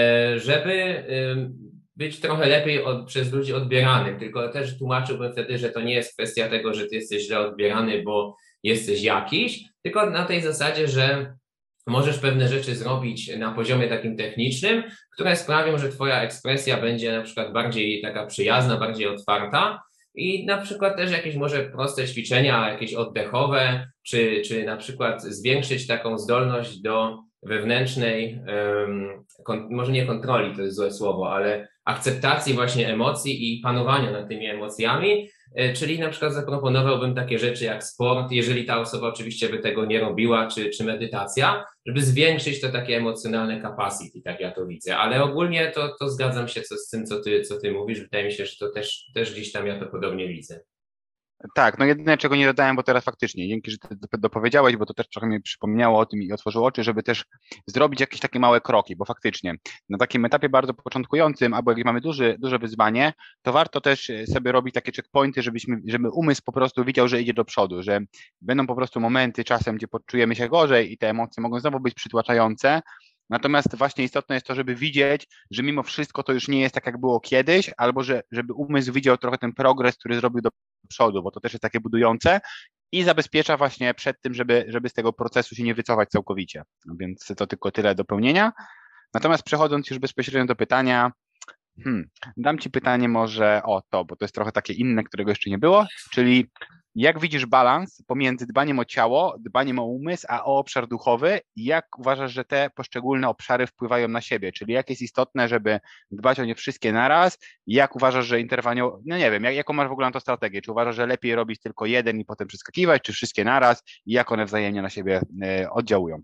żeby być trochę lepiej od, przez ludzi odbieranym. Tylko też tłumaczyłbym wtedy, że to nie jest kwestia tego, że ty jesteś źle odbierany, bo jesteś jakiś, tylko na tej zasadzie, że możesz pewne rzeczy zrobić na poziomie takim technicznym, które sprawią, że twoja ekspresja będzie na przykład bardziej taka przyjazna, bardziej otwarta i na przykład też jakieś może proste ćwiczenia, jakieś oddechowe, czy, czy na przykład zwiększyć taką zdolność do wewnętrznej, um, kon, może nie kontroli, to jest złe słowo, ale akceptacji właśnie emocji i panowania nad tymi emocjami, czyli na przykład zaproponowałbym takie rzeczy jak sport, jeżeli ta osoba oczywiście by tego nie robiła, czy, czy medytacja, żeby zwiększyć to takie emocjonalne capacity, tak ja to widzę, ale ogólnie to, to zgadzam się co, z tym, co ty, co ty mówisz, wydaje mi się, że to też, też gdzieś tam ja to podobnie widzę. Tak, no jedyne czego nie dodałem, bo teraz faktycznie, dzięki, że ty dopowiedziałeś, bo to też trochę mi przypomniało o tym i otworzyło oczy, żeby też zrobić jakieś takie małe kroki, bo faktycznie na takim etapie bardzo początkującym, albo jak mamy duży, duże wyzwanie, to warto też sobie robić takie checkpointy, żebyśmy, żeby umysł po prostu widział, że idzie do przodu, że będą po prostu momenty czasem, gdzie poczujemy się gorzej i te emocje mogą znowu być przytłaczające. Natomiast właśnie istotne jest to, żeby widzieć, że mimo wszystko to już nie jest tak, jak było kiedyś, albo że, żeby umysł widział trochę ten progres, który zrobił do przodu, bo to też jest takie budujące i zabezpiecza właśnie przed tym, żeby, żeby z tego procesu się nie wycofać całkowicie. No więc to tylko tyle dopełnienia. Natomiast przechodząc już bezpośrednio do pytania, hmm, dam Ci pytanie może o to, bo to jest trochę takie inne, którego jeszcze nie było, czyli jak widzisz balans pomiędzy dbaniem o ciało, dbaniem o umysł, a o obszar duchowy? Jak uważasz, że te poszczególne obszary wpływają na siebie? Czyli jak jest istotne, żeby dbać o nie wszystkie naraz? Jak uważasz, że interweniować? No nie wiem, jak, jaką masz w ogóle na to strategię? Czy uważasz, że lepiej robić tylko jeden i potem przeskakiwać, czy wszystkie naraz? I jak one wzajemnie na siebie y, oddziałują?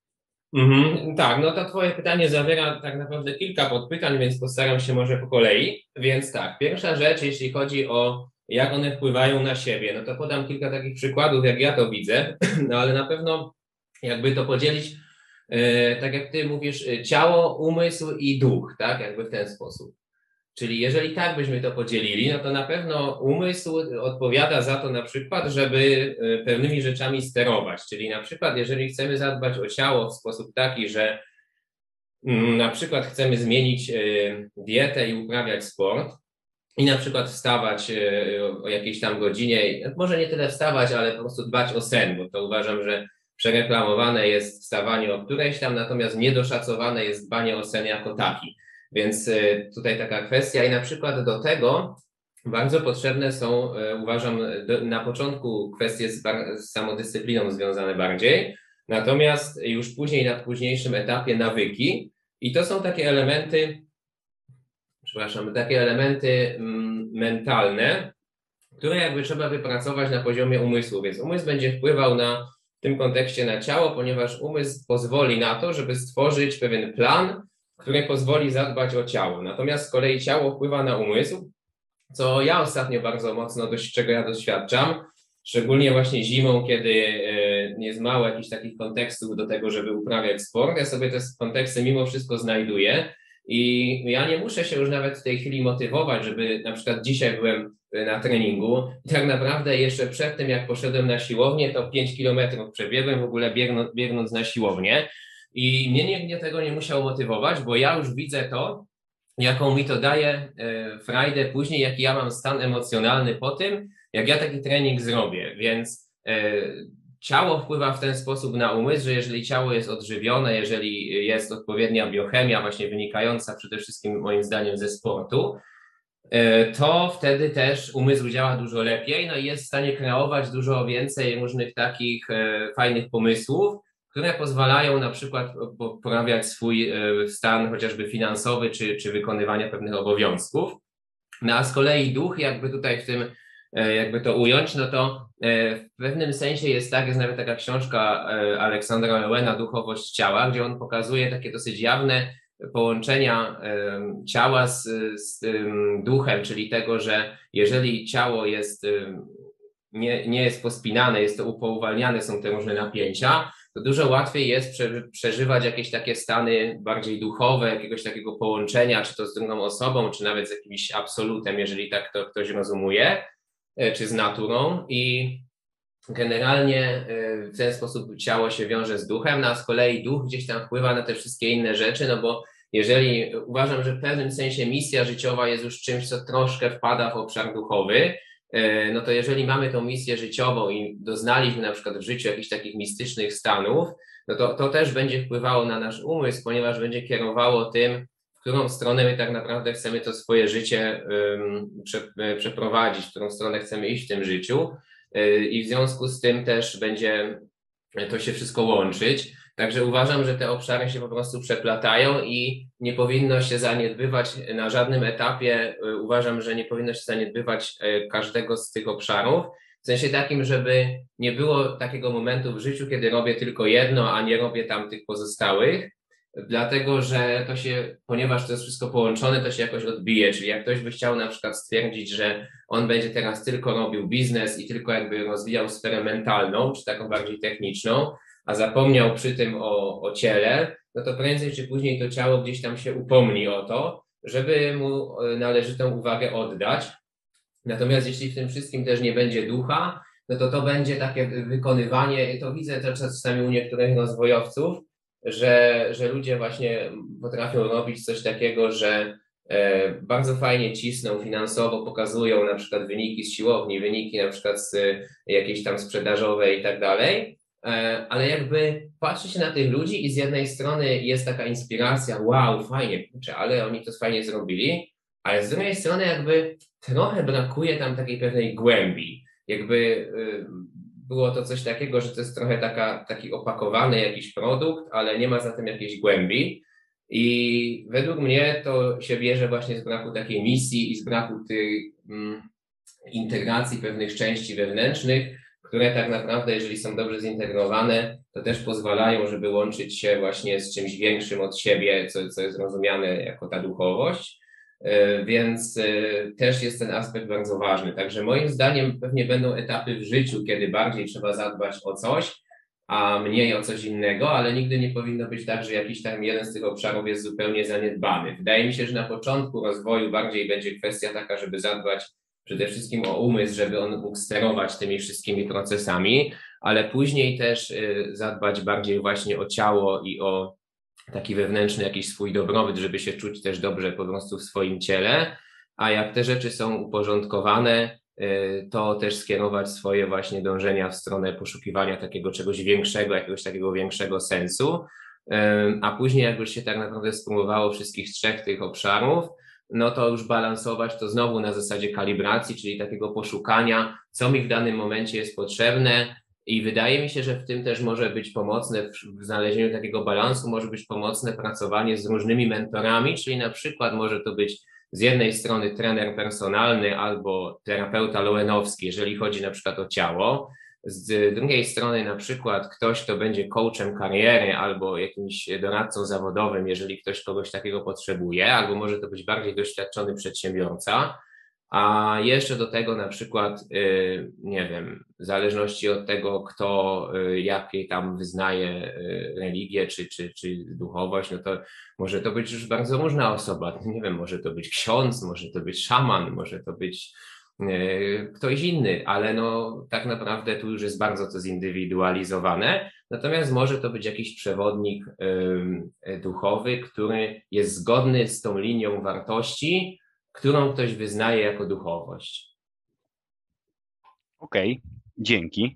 Mhm, tak, no to twoje pytanie zawiera tak naprawdę kilka podpytań, więc postaram się może po kolei. Więc tak, pierwsza rzecz, jeśli chodzi o jak one wpływają na siebie, no to podam kilka takich przykładów, jak ja to widzę, no ale na pewno jakby to podzielić, e, tak jak ty mówisz, ciało, umysł i duch, tak, jakby w ten sposób. Czyli jeżeli tak byśmy to podzielili, no to na pewno umysł odpowiada za to na przykład, żeby pewnymi rzeczami sterować, czyli na przykład jeżeli chcemy zadbać o ciało w sposób taki, że na przykład chcemy zmienić dietę i uprawiać sport, i na przykład wstawać o jakiejś tam godzinie, może nie tyle wstawać, ale po prostu dbać o sen, bo to uważam, że przereklamowane jest wstawanie o którejś tam, natomiast niedoszacowane jest dbanie o sen jako taki. Więc tutaj taka kwestia i na przykład do tego bardzo potrzebne są, uważam, na początku kwestie z, z samodyscypliną związane bardziej, natomiast już później na późniejszym etapie nawyki i to są takie elementy, przepraszam, takie elementy mm, mentalne, które jakby trzeba wypracować na poziomie umysłu, więc umysł będzie wpływał na, w tym kontekście na ciało, ponieważ umysł pozwoli na to, żeby stworzyć pewien plan, który pozwoli zadbać o ciało. Natomiast z kolei ciało wpływa na umysł, co ja ostatnio bardzo mocno, dość, czego ja doświadczam, szczególnie właśnie zimą, kiedy jest mało jakichś takich kontekstów do tego, żeby uprawiać sport. Ja sobie te konteksty mimo wszystko znajduję I ja nie muszę się już nawet w tej chwili motywować, żeby na przykład dzisiaj byłem na treningu i tak naprawdę jeszcze przed tym, jak poszedłem na siłownię, to pięć kilometrów przebiegłem w ogóle biegnąc, biegnąc na siłownię i mnie nikt mnie tego nie musiał motywować, bo ja już widzę to, jaką mi to daje frajdę później, jaki ja mam stan emocjonalny po tym, jak ja taki trening zrobię, więc ciało wpływa w ten sposób na umysł, że jeżeli ciało jest odżywione, jeżeli jest odpowiednia biochemia właśnie wynikająca przede wszystkim moim zdaniem ze sportu, to wtedy też umysł działa dużo lepiej, no i jest w stanie kreować dużo więcej różnych takich fajnych pomysłów, które pozwalają na przykład poprawiać swój stan chociażby finansowy, czy, czy wykonywania pewnych obowiązków. No a z kolei duch, jakby tutaj w tym, jakby to ująć, no to w pewnym sensie jest tak, jest nawet taka książka Aleksandra Lowena, Duchowość ciała, gdzie on pokazuje takie dosyć jawne połączenia ciała z, z duchem, czyli tego, że jeżeli ciało jest, nie, nie jest pospinane, jest to upouwalniane, są te różne napięcia, to dużo łatwiej jest przeżywać jakieś takie stany bardziej duchowe, jakiegoś takiego połączenia, czy to z drugą osobą, czy nawet z jakimś absolutem, jeżeli tak to ktoś rozumuje, czy z naturą. I generalnie w ten sposób ciało się wiąże z duchem, no a z kolei duch gdzieś tam wpływa na te wszystkie inne rzeczy, no bo jeżeli uważam, że w pewnym sensie misja życiowa jest już czymś, co troszkę wpada w obszar duchowy, no to jeżeli mamy tą misję życiową i doznaliśmy na przykład w życiu jakichś takich mistycznych stanów, no to to też będzie wpływało na nasz umysł, ponieważ będzie kierowało tym, w którą stronę my tak naprawdę chcemy to swoje życie um, prze, przeprowadzić, w którą stronę chcemy iść w tym życiu i w związku z tym też będzie to się wszystko łączyć. Także uważam, że te obszary się po prostu przeplatają i nie powinno się zaniedbywać na żadnym etapie. Uważam, że nie powinno się zaniedbywać każdego z tych obszarów. W sensie takim, żeby nie było takiego momentu w życiu, kiedy robię tylko jedno, a nie robię tam tych pozostałych. Dlatego, że to się, ponieważ to jest wszystko połączone, to się jakoś odbije. Czyli jak ktoś by chciał na przykład stwierdzić, że on będzie teraz tylko robił biznes i tylko jakby rozwijał sferę mentalną, czy taką bardziej techniczną, a zapomniał przy tym o, o ciele, no to prędzej czy później to ciało gdzieś tam się upomni o to, żeby mu należytą uwagę oddać. Natomiast jeśli w tym wszystkim też nie będzie ducha, no to to będzie takie wykonywanie, to widzę to czasami u niektórych rozwojowców, że, że ludzie właśnie potrafią robić coś takiego, że e, bardzo fajnie cisną finansowo, pokazują na przykład wyniki z siłowni, wyniki na przykład z jakiejś tam sprzedażowej i tak dalej, ale jakby patrzy się na tych ludzi i z jednej strony jest taka inspiracja, wow, fajnie, kurczę, ale oni to fajnie zrobili, ale z drugiej strony jakby trochę brakuje tam takiej pewnej głębi. Jakby było to coś takiego, że to jest trochę taka, taki opakowany jakiś produkt, ale nie ma za tym jakiejś głębi. I według mnie to się bierze właśnie z braku takiej misji i z braku tej mm, integracji pewnych części wewnętrznych, które tak naprawdę, jeżeli są dobrze zintegrowane, to też pozwalają, żeby łączyć się właśnie z czymś większym od siebie, co, co jest rozumiane jako ta duchowość, więc też jest ten aspekt bardzo ważny. Także moim zdaniem pewnie będą etapy w życiu, kiedy bardziej trzeba zadbać o coś, a mniej o coś innego, ale nigdy nie powinno być tak, że jakiś tam jeden z tych obszarów jest zupełnie zaniedbany. Wydaje mi się, że na początku rozwoju bardziej będzie kwestia taka, żeby zadbać przede wszystkim o umysł, żeby on mógł sterować tymi wszystkimi procesami, ale później też zadbać bardziej właśnie o ciało i o taki wewnętrzny jakiś swój dobrobyt, żeby się czuć też dobrze po prostu w swoim ciele, a jak te rzeczy są uporządkowane, to też skierować swoje właśnie dążenia w stronę poszukiwania takiego czegoś większego, jakiegoś takiego większego sensu, a później jak już się tak naprawdę spróbowało wszystkich trzech tych obszarów, no to już balansować to znowu na zasadzie kalibracji, czyli takiego poszukania, co mi w danym momencie jest potrzebne i wydaje mi się, że w tym też może być pomocne, w znalezieniu takiego balansu może być pomocne pracowanie z różnymi mentorami, czyli na przykład może to być z jednej strony trener personalny albo terapeuta lowenowski, jeżeli chodzi na przykład o ciało, z drugiej strony na przykład ktoś, kto będzie coachem kariery albo jakimś doradcą zawodowym, jeżeli ktoś kogoś takiego potrzebuje, albo może to być bardziej doświadczony przedsiębiorca, a jeszcze do tego na przykład, y, nie wiem, w zależności od tego, kto y, jakiej tam wyznaje y, religię czy, czy, czy duchowość, no to może to być już bardzo różna osoba. Nie wiem, może to być ksiądz, może to być szaman, może to być y, ktoś inny, ale no tak naprawdę tu już jest bardzo to zindywidualizowane. Natomiast może to być jakiś przewodnik y, duchowy, który jest zgodny z tą linią wartości, którą ktoś wyznaje jako duchowość. Okej, okay, dzięki.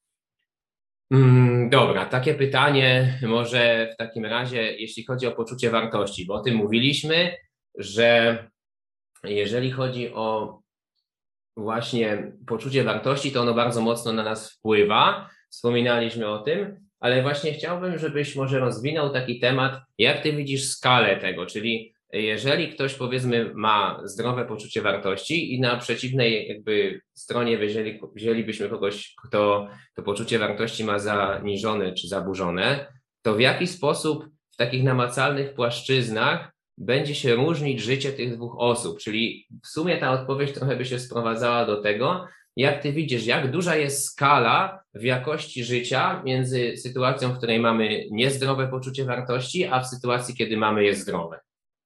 Mm, dobra, takie pytanie może w takim razie, jeśli chodzi o poczucie wartości, bo o tym mówiliśmy, że jeżeli chodzi o właśnie poczucie wartości, to ono bardzo mocno na nas wpływa. Wspominaliśmy o tym, ale właśnie chciałbym, żebyś może rozwinął taki temat, jak ty widzisz skalę tego, czyli jeżeli ktoś, powiedzmy, ma zdrowe poczucie wartości i na przeciwnej jakby stronie wzięli, wzięlibyśmy kogoś, kto to poczucie wartości ma zaniżone czy zaburzone, to w jaki sposób w takich namacalnych płaszczyznach będzie się różnić życie tych dwóch osób? Czyli w sumie ta odpowiedź trochę by się sprowadzała do tego, jak ty widzisz, jak duża jest skala w jakości życia między sytuacją, w której mamy niezdrowe poczucie wartości, a w sytuacji, kiedy mamy je zdrowe.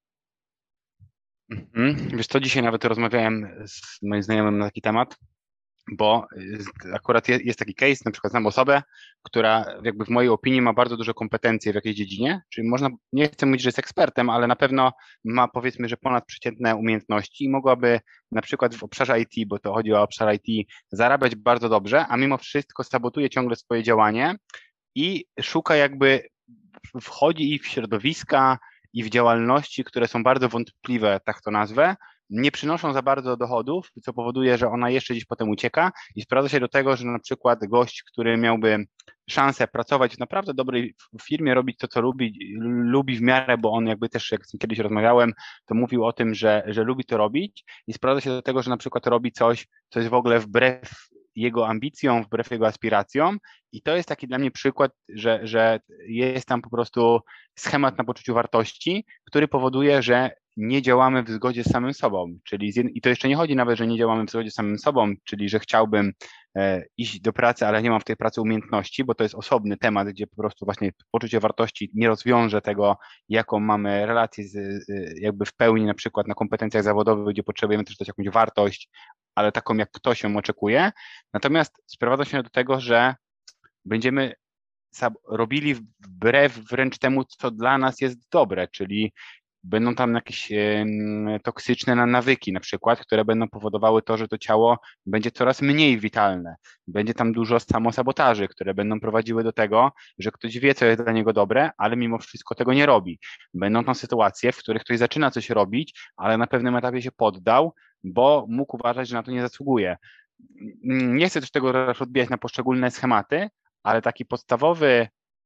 Mhm. Wiesz co, dzisiaj nawet rozmawiałem z moim znajomym na taki temat, bo akurat jest taki case, na przykład znam osobę, która jakby w mojej opinii ma bardzo duże kompetencje w jakiejś dziedzinie, czyli można, nie chcę mówić, że jest ekspertem, ale na pewno ma, powiedzmy, że ponadprzeciętne umiejętności i mogłaby na przykład w obszarze I T, bo to chodzi o obszar I T, zarabiać bardzo dobrze, a mimo wszystko sabotuje ciągle swoje działanie i szuka jakby, wchodzi i w środowiska, i w działalności, które są bardzo wątpliwe, tak to nazwę, nie przynoszą za bardzo dochodów, co powoduje, że ona jeszcze gdzieś potem ucieka i sprowadza się do tego, że na przykład gość, który miałby szansę pracować w naprawdę dobrej firmie, robić to, co lubi, lubi w miarę, bo on jakby też, jak z nim kiedyś rozmawiałem, to mówił o tym, że, że lubi to robić i sprowadza się do tego, że na przykład robi coś, co jest w ogóle wbrew jego ambicjom, wbrew jego aspiracjom i to jest taki dla mnie przykład, że, że jest tam po prostu schemat na poczuciu wartości, który powoduje, że nie działamy w zgodzie z samym sobą, czyli z, i to jeszcze nie chodzi nawet, że nie działamy w zgodzie z samym sobą, czyli że chciałbym e, iść do pracy, ale nie mam w tej pracy umiejętności, bo to jest osobny temat, gdzie po prostu właśnie poczucie wartości nie rozwiąże tego, jaką mamy relację z, jakby w pełni na przykład na kompetencjach zawodowych, gdzie potrzebujemy też dać jakąś wartość, ale taką jak ktoś ją oczekuje. Natomiast sprowadza się do tego, że będziemy robili wbrew wręcz temu, co dla nas jest dobre, czyli będą tam jakieś e, toksyczne nawyki na przykład, które będą powodowały to, że to ciało będzie coraz mniej witalne. Będzie tam dużo samosabotaży, które będą prowadziły do tego, że ktoś wie, co jest dla niego dobre, ale mimo wszystko tego nie robi. Będą tam sytuacje, w których ktoś zaczyna coś robić, ale na pewnym etapie się poddał, bo mógł uważać, że na to nie zasługuje. Nie chcę też tego rozbijać na poszczególne schematy, ale taki podstawowy,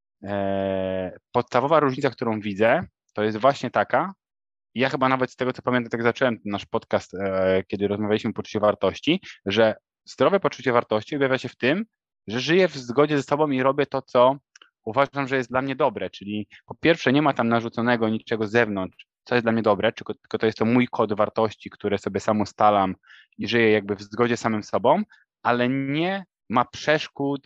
e, podstawowa różnica, którą widzę, to jest właśnie taka, ja chyba nawet z tego, co pamiętam, tak zacząłem nasz podcast, e, kiedy rozmawialiśmy o poczuciu wartości, że zdrowe poczucie wartości objawia się w tym, że żyję w zgodzie ze sobą i robię to, co uważam, że jest dla mnie dobre, czyli po pierwsze nie ma tam narzuconego niczego z zewnątrz, co jest dla mnie dobre, tylko, tylko to jest to mój kod wartości, które sobie sam ustalam i żyję jakby w zgodzie z samym sobą, ale nie ma przeszkód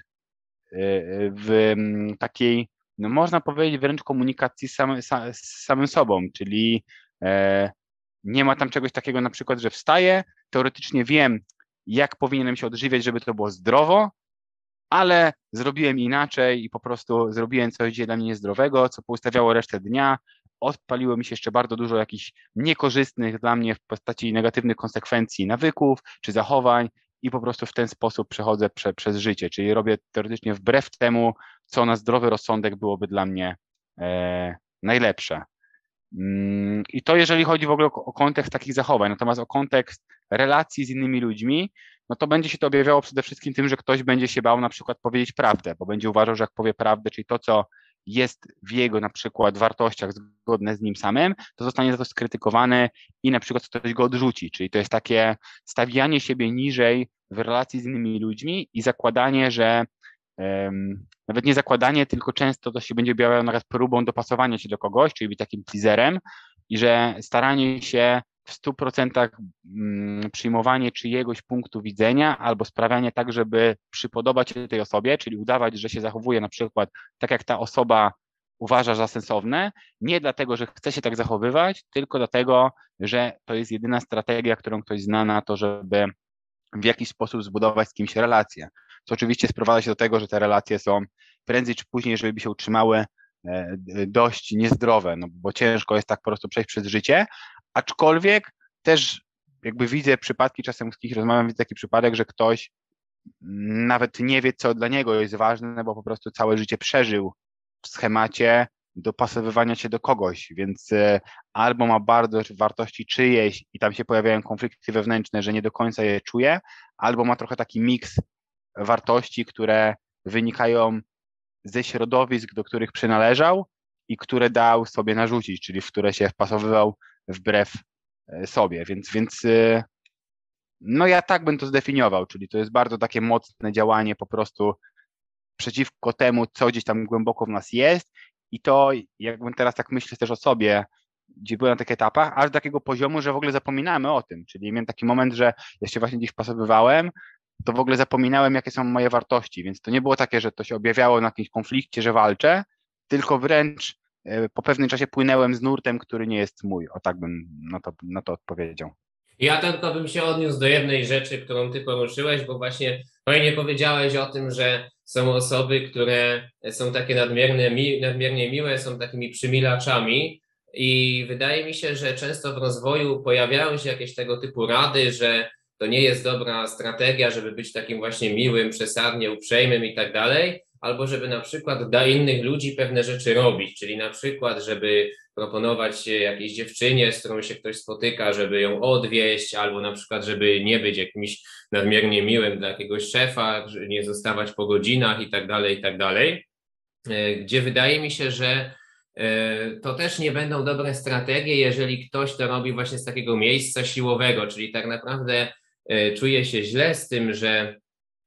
w takiej, no można powiedzieć, wręcz komunikacji z samym, z samym sobą, czyli e, nie ma tam czegoś takiego na przykład, że wstaję, teoretycznie wiem, jak powinienem się odżywiać, żeby to było zdrowo, ale zrobiłem inaczej i po prostu zrobiłem coś dla mnie niezdrowego, co poustawiało resztę dnia, odpaliło mi się jeszcze bardzo dużo jakichś niekorzystnych dla mnie w postaci negatywnych konsekwencji nawyków czy zachowań, i po prostu w ten sposób przechodzę prze, przez życie, czyli robię teoretycznie wbrew temu, co na zdrowy rozsądek byłoby dla mnie e, najlepsze. Mm, I to jeżeli chodzi w ogóle o, o kontekst takich zachowań, natomiast o kontekst relacji z innymi ludźmi, no to będzie się to objawiało przede wszystkim tym, że ktoś będzie się bał na przykład powiedzieć prawdę, bo będzie uważał, że jak powie prawdę, czyli to, co jest w jego na przykład wartościach zgodne z nim samym, to zostanie za to skrytykowany i na przykład ktoś go odrzuci, czyli to jest takie stawianie siebie niżej w relacji z innymi ludźmi i zakładanie, że um, nawet nie zakładanie, tylko często to się będzie objawiało nawet próbą dopasowania się do kogoś, czyli być takim pleaserem i że staranie się w stu procentach przyjmowanie czyjegoś punktu widzenia albo sprawianie tak, żeby przypodobać się tej osobie, czyli udawać, że się zachowuje na przykład tak, jak ta osoba uważa za sensowne, nie dlatego, że chce się tak zachowywać, tylko dlatego, że to jest jedyna strategia, którą ktoś zna na to, żeby w jakiś sposób zbudować z kimś relację. Co oczywiście sprowadza się do tego, że te relacje są prędzej czy później, jeżeli by się utrzymały, dość niezdrowe, no bo ciężko jest tak po prostu przejść przez życie, aczkolwiek też jakby widzę przypadki, czasem z kimś rozmawiam, widzę taki przypadek, że ktoś nawet nie wie, co dla niego jest ważne, bo po prostu całe życie przeżył w schemacie dopasowywania się do kogoś, więc albo ma bardzo wartości czyjeś i tam się pojawiają konflikty wewnętrzne, że nie do końca je czuje, albo ma trochę taki miks wartości, które wynikają ze środowisk, do których przynależał i które dał sobie narzucić, czyli w które się wpasowywał wbrew sobie, więc, więc no ja tak bym to zdefiniował, czyli to jest bardzo takie mocne działanie po prostu przeciwko temu, co gdzieś tam głęboko w nas jest i to jakbym teraz tak myślę też o sobie, gdzie byłem na takich etapach, aż do takiego poziomu, że w ogóle zapominałem o tym, czyli miałem taki moment, że ja się właśnie gdzieś wpasowywałem, to w ogóle zapominałem, jakie są moje wartości, więc to nie było takie, że to się objawiało na jakimś konflikcie, że walczę, tylko wręcz po pewnym czasie płynęłem z nurtem, który nie jest mój, o tak bym na to, na to odpowiedział. Ja tylko bym się odniósł do jednej rzeczy, którą ty poruszyłeś, bo właśnie fajnie powiedziałeś o tym, że są osoby, które są takie nadmierne, mi, nadmiernie miłe, są takimi przymilaczami i wydaje mi się, że często w rozwoju pojawiają się jakieś tego typu rady, że to nie jest dobra strategia, żeby być takim właśnie miłym, przesadnie uprzejmym i tak dalej, albo żeby na przykład dla innych ludzi pewne rzeczy robić, czyli na przykład, żeby proponować jakiejś dziewczynie, z którą się ktoś spotyka, żeby ją odwieźć, albo na przykład, żeby nie być jakimś nadmiernie miłym dla jakiegoś szefa, nie zostawać po godzinach i tak dalej, i tak dalej, gdzie wydaje mi się, że to też nie będą dobre strategie, jeżeli ktoś to robi właśnie z takiego miejsca siłowego, czyli tak naprawdę czuje się źle z tym, że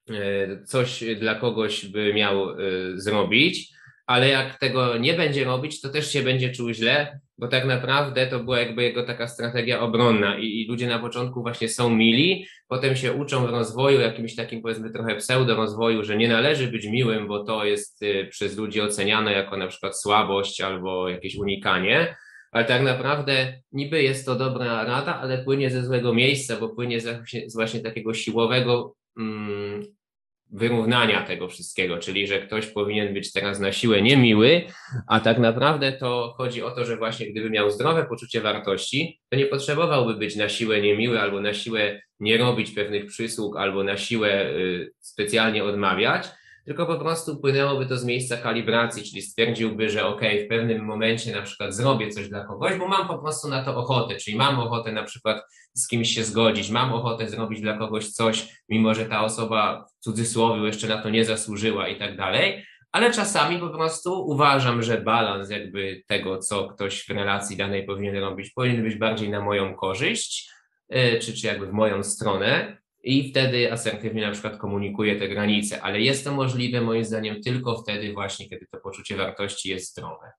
coś dla kogoś by miał zrobić, ale jak tego nie będzie robić, to też się będzie czuł źle, bo tak naprawdę to była jakby jego taka strategia obronna i, i ludzie na początku właśnie są mili, potem się uczą w rozwoju, jakimś takim powiedzmy trochę pseudo-rozwoju, że nie należy być miłym, bo to jest y, przez ludzi oceniane jako na przykład słabość albo jakieś unikanie, ale tak naprawdę niby jest to dobra rada, ale płynie ze złego miejsca, bo płynie z, z właśnie takiego siłowego mm, wyrównania tego wszystkiego, czyli że ktoś powinien być teraz na siłę niemiły, a tak naprawdę to chodzi o to, że właśnie gdyby miał zdrowe poczucie wartości, to nie potrzebowałby być na siłę niemiły albo na siłę nie robić pewnych przysług albo na siłę y, specjalnie odmawiać, tylko po prostu płynęłoby to z miejsca kalibracji, czyli stwierdziłby, że okej, okay, w pewnym momencie na przykład zrobię coś dla kogoś, bo mam po prostu na to ochotę, czyli mam ochotę na przykład z kimś się zgodzić, mam ochotę zrobić dla kogoś coś, mimo że ta osoba w cudzysłowie jeszcze na to nie zasłużyła i tak dalej, ale czasami po prostu uważam, że balans jakby tego, co ktoś w relacji danej powinien robić, powinien być bardziej na moją korzyść, czy, czy jakby w moją stronę, i wtedy asertywnie na przykład komunikuję te granice, ale jest to możliwe moim zdaniem tylko wtedy właśnie, kiedy to poczucie wartości jest zdrowe.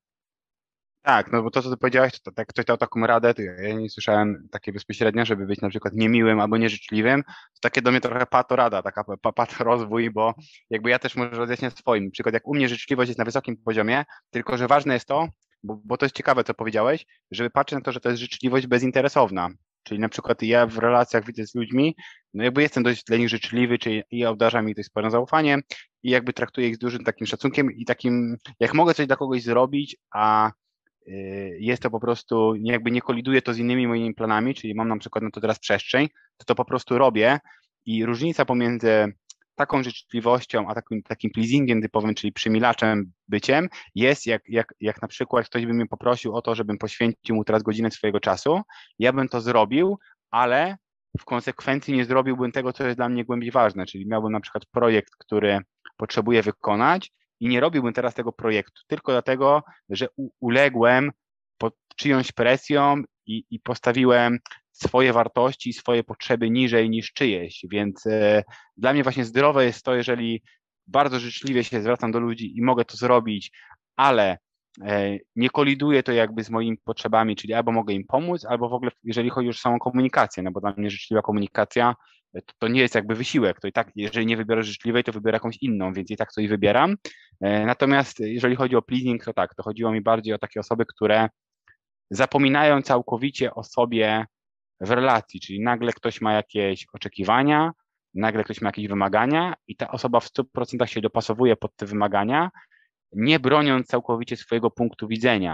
Tak, no bo to, co ty powiedziałeś, to tak ktoś dał taką radę, to ja nie słyszałem takiej bezpośrednio, żeby być na przykład niemiłym albo nieżyczliwym, to takie do mnie trochę pato rada, taka pato rozwój, bo jakby ja też może rozjaśnię swoim. Na przykład jak u mnie życzliwość jest na wysokim poziomie, tylko że ważne jest to, bo, bo to jest ciekawe, co powiedziałeś, żeby patrzeć na to, że to jest życzliwość bezinteresowna. Czyli na przykład ja w relacjach widzę z ludźmi, no jakby jestem dość dla nich życzliwy, czyli i obdarzam ich dość sporym zaufaniem i jakby traktuję ich z dużym takim szacunkiem i takim, jak mogę coś dla kogoś zrobić, a jest to po prostu, jakby nie koliduje to z innymi moimi planami, czyli mam na przykład na to teraz przestrzeń, to to po prostu robię i różnica pomiędzy taką życzliwością, a takim, takim pleasingiem typowym, czyli przymilaczem byciem, jest jak, jak, jak na przykład ktoś by mnie poprosił o to, żebym poświęcił mu teraz godzinę swojego czasu, ja bym to zrobił, ale w konsekwencji nie zrobiłbym tego, co jest dla mnie głębiej ważne, czyli miałbym na przykład projekt, który potrzebuję wykonać i nie robiłbym teraz tego projektu, tylko dlatego, że u, uległem pod czyjąś presją i, i postawiłem swoje wartości, swoje potrzeby niżej niż czyjeś, więc e, dla mnie właśnie zdrowe jest to, jeżeli bardzo życzliwie się zwracam do ludzi i mogę to zrobić, ale nie koliduje to jakby z moimi potrzebami, czyli albo mogę im pomóc, albo w ogóle jeżeli chodzi już o samą komunikację, no bo dla mnie życzliwa komunikacja to, to nie jest jakby wysiłek, to i tak jeżeli nie wybiorę życzliwej, to wybiorę jakąś inną, więc i tak coś wybieram. Natomiast jeżeli chodzi o pleasing, to tak, to chodziło mi bardziej o takie osoby, które zapominają całkowicie o sobie w relacji, czyli nagle ktoś ma jakieś oczekiwania, nagle ktoś ma jakieś wymagania i ta osoba w stu procentach się dopasowuje pod te wymagania, nie broniąc całkowicie swojego punktu widzenia.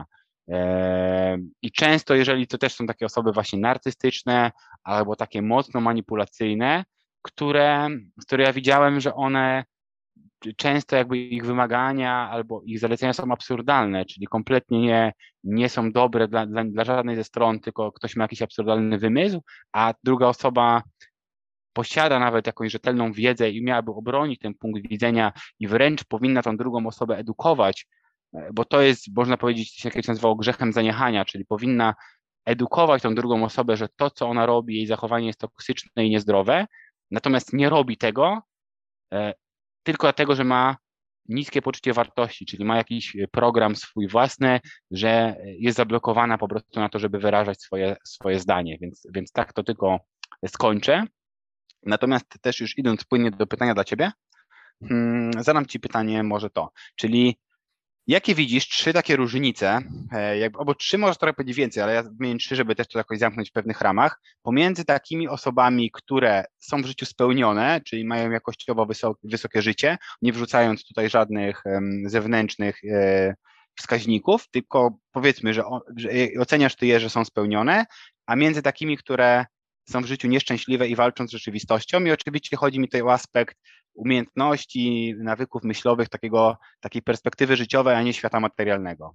I często, jeżeli to też są takie osoby właśnie narcystyczne albo takie mocno manipulacyjne, które, które ja widziałem, że one często jakby ich wymagania albo ich zalecenia są absurdalne, czyli kompletnie nie, nie są dobre dla, dla, dla żadnej ze stron, tylko ktoś ma jakiś absurdalny wymysł, a druga osoba posiada nawet jakąś rzetelną wiedzę i miałaby obronić ten punkt widzenia i wręcz powinna tą drugą osobę edukować, bo to jest, można powiedzieć, coś jak się nazywało grzechem zaniechania, czyli powinna edukować tą drugą osobę, że to, co ona robi, jej zachowanie jest toksyczne i niezdrowe, natomiast nie robi tego tylko dlatego, że ma niskie poczucie wartości, czyli ma jakiś program swój własny, że jest zablokowana po prostu na to, żeby wyrażać swoje, swoje zdanie, więc, więc tak to tylko skończę. Natomiast też już idąc płynnie do pytania dla Ciebie, hmm, zadam Ci pytanie może to, czyli jakie widzisz trzy takie różnice, jakby, albo trzy, może trochę powiedzieć więcej, ale ja wymienię trzy, żeby też to jakoś zamknąć w pewnych ramach, pomiędzy takimi osobami, które są w życiu spełnione, czyli mają jakościowo wysokie, wysokie życie, nie wrzucając tutaj żadnych um, zewnętrznych e, wskaźników, tylko powiedzmy, że, o, że oceniasz Ty je, że są spełnione, a między takimi, które są w życiu nieszczęśliwe i walczą z rzeczywistością. I oczywiście chodzi mi tutaj o aspekt umiejętności, nawyków myślowych, takiego, takiej perspektywy życiowej, a nie świata materialnego.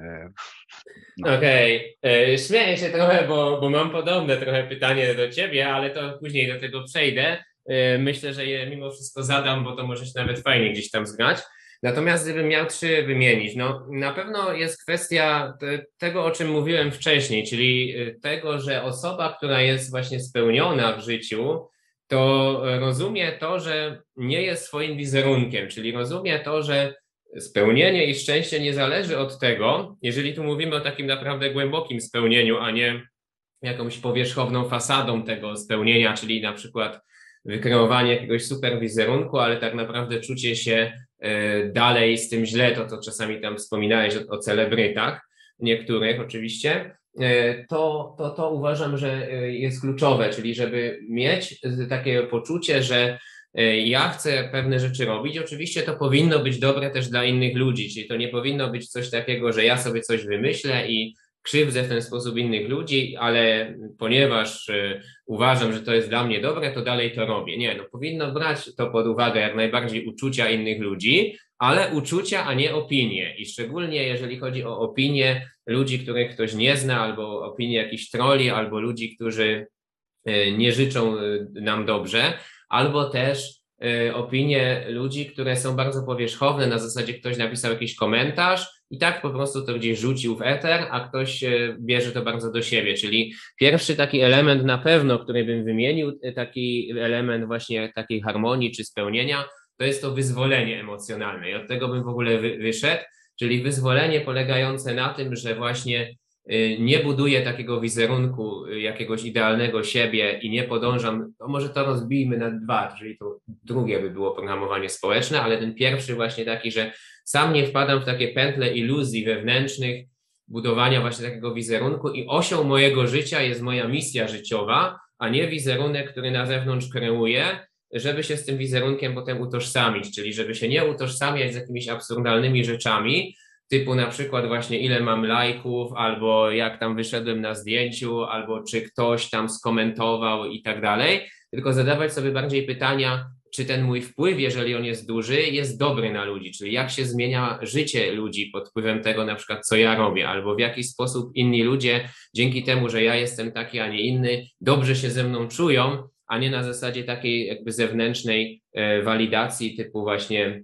No. Okej, okay. Śmieję się trochę, bo, bo mam podobne trochę pytanie do Ciebie, ale to później do tego przejdę. Myślę, że je mimo wszystko zadam, bo to może się nawet fajnie gdzieś tam zgrać. Natomiast gdybym miał trzy wymienić, no na pewno jest kwestia te, tego, o czym mówiłem wcześniej, czyli tego, że osoba, która jest właśnie spełniona w życiu, to rozumie to, że nie jest swoim wizerunkiem, czyli rozumie to, że spełnienie i szczęście nie zależy od tego, jeżeli tu mówimy o takim naprawdę głębokim spełnieniu, a nie jakąś powierzchowną fasadą tego spełnienia, czyli na przykład wykreowanie jakiegoś super wizerunku, ale tak naprawdę czucie się dalej z tym źle, to co czasami tam wspominałeś o, o celebrytach, niektórych oczywiście, to, to, to uważam, że jest kluczowe, czyli żeby mieć takie poczucie, że ja chcę pewne rzeczy robić. Oczywiście to powinno być dobre też dla innych ludzi, czyli to nie powinno być coś takiego, że ja sobie coś wymyślę i krzywdzę w ten sposób innych ludzi, ale ponieważ y, uważam, że to jest dla mnie dobre, to dalej to robię. Nie, no powinno brać to pod uwagę jak najbardziej uczucia innych ludzi, ale uczucia, a nie opinie. I szczególnie jeżeli chodzi o opinie ludzi, których ktoś nie zna, albo opinie jakichś trolli, albo ludzi, którzy y, nie życzą y, nam dobrze, albo też opinie ludzi, które są bardzo powierzchowne, na zasadzie ktoś napisał jakiś komentarz i tak po prostu to gdzieś rzucił w eter, a ktoś bierze to bardzo do siebie, czyli pierwszy taki element na pewno, który bym wymienił, taki element właśnie takiej harmonii czy spełnienia, to jest to wyzwolenie emocjonalne i od tego bym w ogóle wy, wyszedł, czyli wyzwolenie polegające na tym, że właśnie nie buduję takiego wizerunku jakiegoś idealnego siebie i nie podążam, to może to rozbijmy na dwa, czyli to drugie by było programowanie społeczne, ale ten pierwszy właśnie taki, że sam nie wpadam w takie pętle iluzji wewnętrznych, budowania właśnie takiego wizerunku i osią mojego życia jest moja misja życiowa, a nie wizerunek, który na zewnątrz kreuję, żeby się z tym wizerunkiem potem utożsamić, czyli żeby się nie utożsamiać z jakimiś absurdalnymi rzeczami, typu na przykład właśnie ile mam lajków, albo jak tam wyszedłem na zdjęciu, albo czy ktoś tam skomentował i tak dalej, tylko zadawać sobie bardziej pytania, czy ten mój wpływ, jeżeli on jest duży, jest dobry na ludzi, czyli jak się zmienia życie ludzi pod wpływem tego na przykład, co ja robię, albo w jaki sposób inni ludzie dzięki temu, że ja jestem taki, a nie inny, dobrze się ze mną czują, a nie na zasadzie takiej jakby zewnętrznej e, walidacji typu właśnie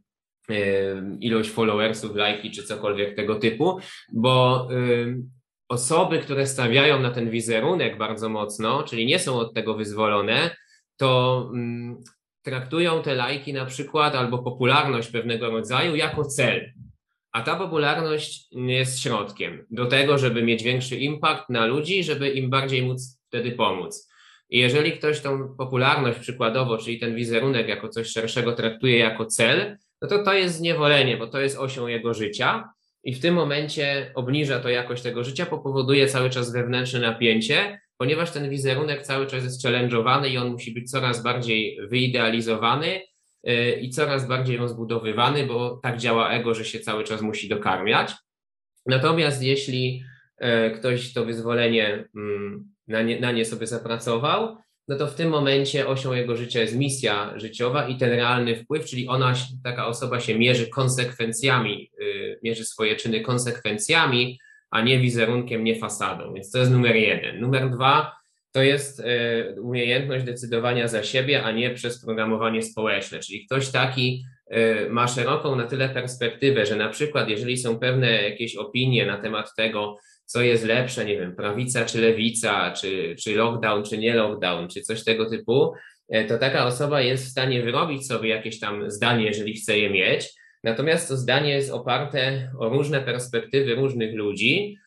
ilość followersów, lajki czy cokolwiek tego typu, bo y, osoby, które stawiają na ten wizerunek bardzo mocno, czyli nie są od tego wyzwolone, to y, traktują te lajki na przykład albo popularność pewnego rodzaju jako cel. a ta popularność jest środkiem do tego, żeby mieć większy impact na ludzi, żeby im bardziej móc wtedy pomóc. I jeżeli ktoś tą popularność przykładowo, czyli ten wizerunek jako coś szerszego traktuje jako cel, no to to jest zniewolenie, bo to jest osią jego życia i w tym momencie obniża to jakość tego życia, powoduje cały czas wewnętrzne napięcie, ponieważ ten wizerunek cały czas jest challenge'owany i on musi być coraz bardziej wyidealizowany i coraz bardziej rozbudowywany, bo tak działa ego, że się cały czas musi dokarmiać. Natomiast jeśli ktoś to wyzwolenie na nie, na nie sobie zapracował, no to w tym momencie osią jego życia jest misja życiowa i ten realny wpływ, czyli ona, taka osoba się mierzy konsekwencjami, mierzy swoje czyny konsekwencjami, a nie wizerunkiem, nie fasadą. Więc to jest numer jeden. Numer dwa to jest umiejętność decydowania za siebie, a nie przez programowanie społeczne, czyli ktoś taki ma szeroką na tyle perspektywę, że na przykład jeżeli są pewne jakieś opinie na temat tego, co jest lepsze, nie wiem, prawica czy lewica, czy, czy lockdown, czy nie lockdown, czy coś tego typu, to taka osoba jest w stanie wyrobić sobie jakieś tam zdanie, jeżeli chce je mieć. Natomiast to zdanie jest oparte o różne perspektywy różnych ludzi,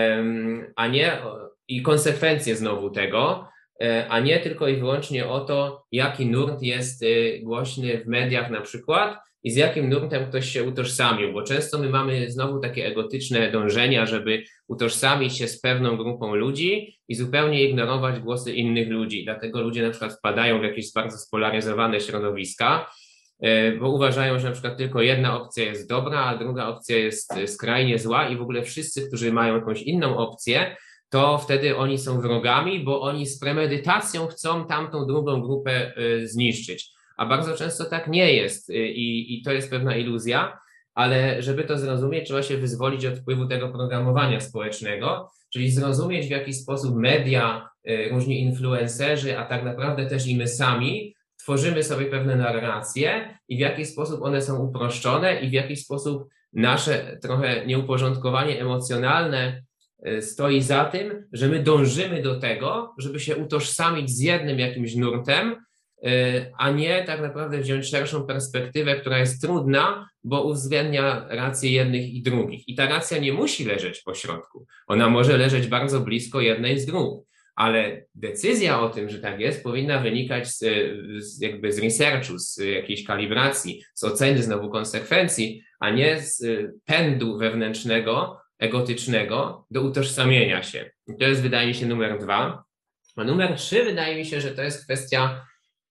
a nie i konsekwencje znowu tego, a nie tylko i wyłącznie o to, jaki nurt jest głośny w mediach na przykład i z jakim nurtem ktoś się utożsamił, bo często my mamy znowu takie egotyczne dążenia, żeby utożsamić się z pewną grupą ludzi i zupełnie ignorować głosy innych ludzi. Dlatego ludzie na przykład wpadają w jakieś bardzo spolaryzowane środowiska, bo uważają, że na przykład tylko jedna opcja jest dobra, a druga opcja jest skrajnie zła i w ogóle wszyscy, którzy mają jakąś inną opcję, to wtedy oni są wrogami, bo oni z premedytacją chcą tamtą drugą grupę zniszczyć. A bardzo często tak nie jest i, i to jest pewna iluzja, ale żeby to zrozumieć, trzeba się wyzwolić od wpływu tego programowania społecznego, czyli zrozumieć, w jaki sposób media, różni influencerzy, a tak naprawdę też i my sami tworzymy sobie pewne narracje i w jaki sposób one są uproszczone i w jaki sposób nasze trochę nieuporządkowanie emocjonalne stoi za tym, że my dążymy do tego, żeby się utożsamić z jednym jakimś nurtem, a nie tak naprawdę wziąć szerszą perspektywę, która jest trudna, bo uwzględnia racje jednych i drugich. I ta racja nie musi leżeć po środku. Ona może leżeć bardzo blisko jednej z dróg, ale decyzja o tym, że tak jest, powinna wynikać z, z, jakby z researchu, z jakiejś kalibracji, z oceny znowu konsekwencji, a nie z pędu wewnętrznego, egotycznego do utożsamienia się. I to jest, wydaje mi się, numer dwa. A numer trzy, wydaje mi się, że to jest kwestia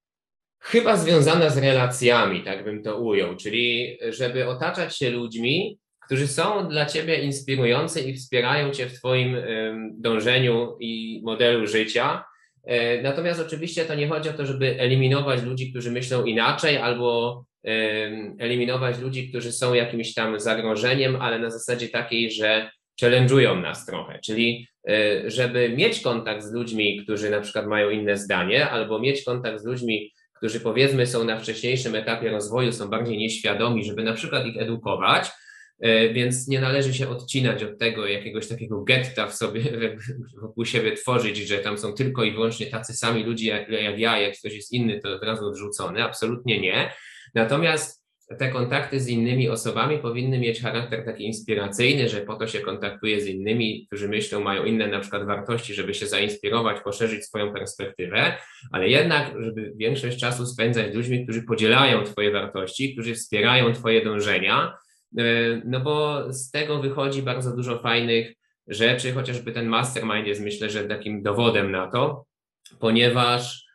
chyba związana z relacjami, tak bym to ujął, czyli żeby otaczać się ludźmi, którzy są dla ciebie inspirujący i wspierają cię w twoim dążeniu i modelu życia. Natomiast oczywiście to nie chodzi o to, żeby eliminować ludzi, którzy myślą inaczej, albo eliminować ludzi, którzy są jakimś tam zagrożeniem, ale na zasadzie takiej, że challenge'ują nas trochę, czyli żeby mieć kontakt z ludźmi, którzy na przykład mają inne zdanie, albo mieć kontakt z ludźmi, którzy powiedzmy są na wcześniejszym etapie rozwoju, są bardziej nieświadomi, żeby na przykład ich edukować, więc nie należy się odcinać od tego, jakiegoś takiego getta w sobie, wokół siebie tworzyć, że tam są tylko i wyłącznie tacy sami ludzie jak, jak ja, jak ktoś jest inny, to od razu odrzucony, absolutnie nie. Natomiast te kontakty z innymi osobami powinny mieć charakter taki inspiracyjny, że po to się kontaktuje z innymi, którzy myślą, mają inne na przykład wartości, żeby się zainspirować, poszerzyć swoją perspektywę, ale jednak, żeby większość czasu spędzać z ludźmi, którzy podzielają twoje wartości, którzy wspierają twoje dążenia, no bo z tego wychodzi bardzo dużo fajnych rzeczy, chociażby ten mastermind jest, myślę, że takim dowodem na to, ponieważ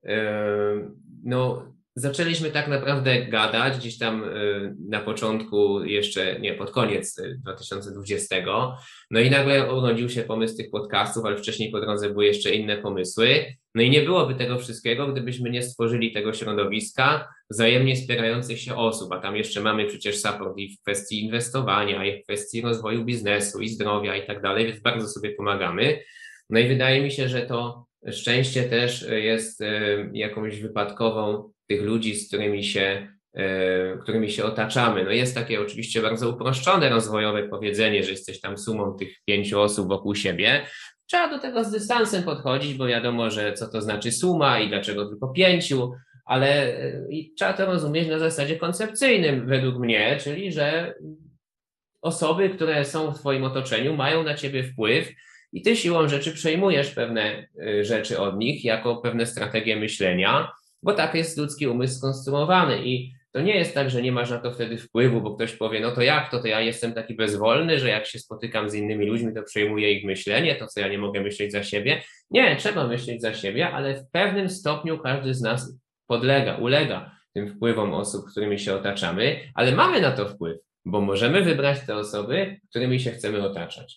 no zaczęliśmy tak naprawdę gadać gdzieś tam na początku, jeszcze nie, pod koniec dwa tysiące dwudziestego, no i nagle urodził się pomysł tych podcastów, ale wcześniej po drodze były jeszcze inne pomysły, no i nie byłoby tego wszystkiego, gdybyśmy nie stworzyli tego środowiska wzajemnie wspierających się osób, a tam jeszcze mamy przecież support i w kwestii inwestowania, i w kwestii rozwoju biznesu, i zdrowia i tak dalej, więc bardzo sobie pomagamy. No i wydaje mi się, że to szczęście też jest jakąś wypadkową tych ludzi, z którymi się, którymi się otaczamy. No jest takie oczywiście bardzo uproszczone rozwojowe powiedzenie, że jesteś tam sumą tych pięciu osób wokół siebie. Trzeba do tego z dystansem podchodzić, bo wiadomo, że co to znaczy suma i dlaczego tylko pięciu, ale i trzeba to rozumieć na zasadzie koncepcyjnym według mnie, czyli że osoby, które są w twoim otoczeniu, mają na ciebie wpływ i ty siłą rzeczy przejmujesz pewne rzeczy od nich jako pewne strategie myślenia, bo tak jest ludzki umysł skonstruowany i to nie jest tak, że nie masz na to wtedy wpływu, bo ktoś powie, no to jak to, to ja jestem taki bezwolny, że jak się spotykam z innymi ludźmi, to przejmuję ich myślenie, to co ja nie mogę myśleć za siebie. Nie, trzeba myśleć za siebie, ale w pewnym stopniu każdy z nas podlega, ulega tym wpływom osób, którymi się otaczamy, ale mamy na to wpływ, bo możemy wybrać te osoby, którymi się chcemy otaczać.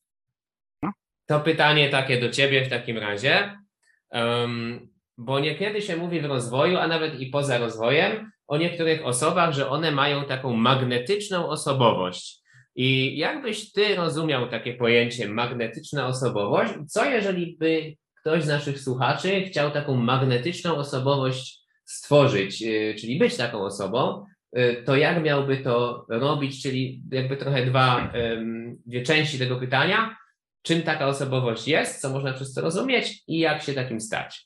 To pytanie takie do ciebie w takim razie, um, bo niekiedy się mówi w rozwoju, a nawet i poza rozwojem, o niektórych osobach, że one mają taką magnetyczną osobowość. I jakbyś ty rozumiał takie pojęcie magnetyczna osobowość? Co jeżeli by ktoś z naszych słuchaczy chciał taką magnetyczną osobowość stworzyć, czyli być taką osobą, to jak miałby to robić? Czyli jakby trochę dwa, dwie części tego pytania. Czym taka osobowość jest, co można przez to rozumieć i jak się takim stać?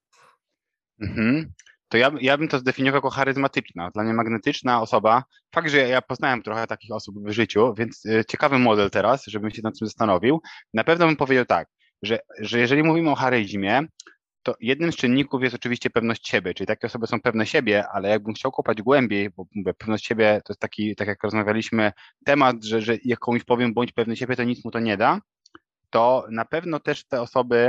Mhm. To ja, ja bym to zdefiniował jako charyzmatyczna. Dla mnie magnetyczna osoba, fakt, że ja poznałem trochę takich osób w życiu, więc y, ciekawy model teraz, żebym się nad tym zastanowił. Na pewno bym powiedział tak, że, że jeżeli mówimy o charyzmie, to jednym z czynników jest oczywiście pewność siebie, czyli takie osoby są pewne siebie, ale jakbym chciał kopać głębiej, bo mówię, pewność siebie to jest taki, tak jak rozmawialiśmy, temat, że, że jak komuś powiem bądź pewny siebie, to nic mu to nie da, to na pewno też te osoby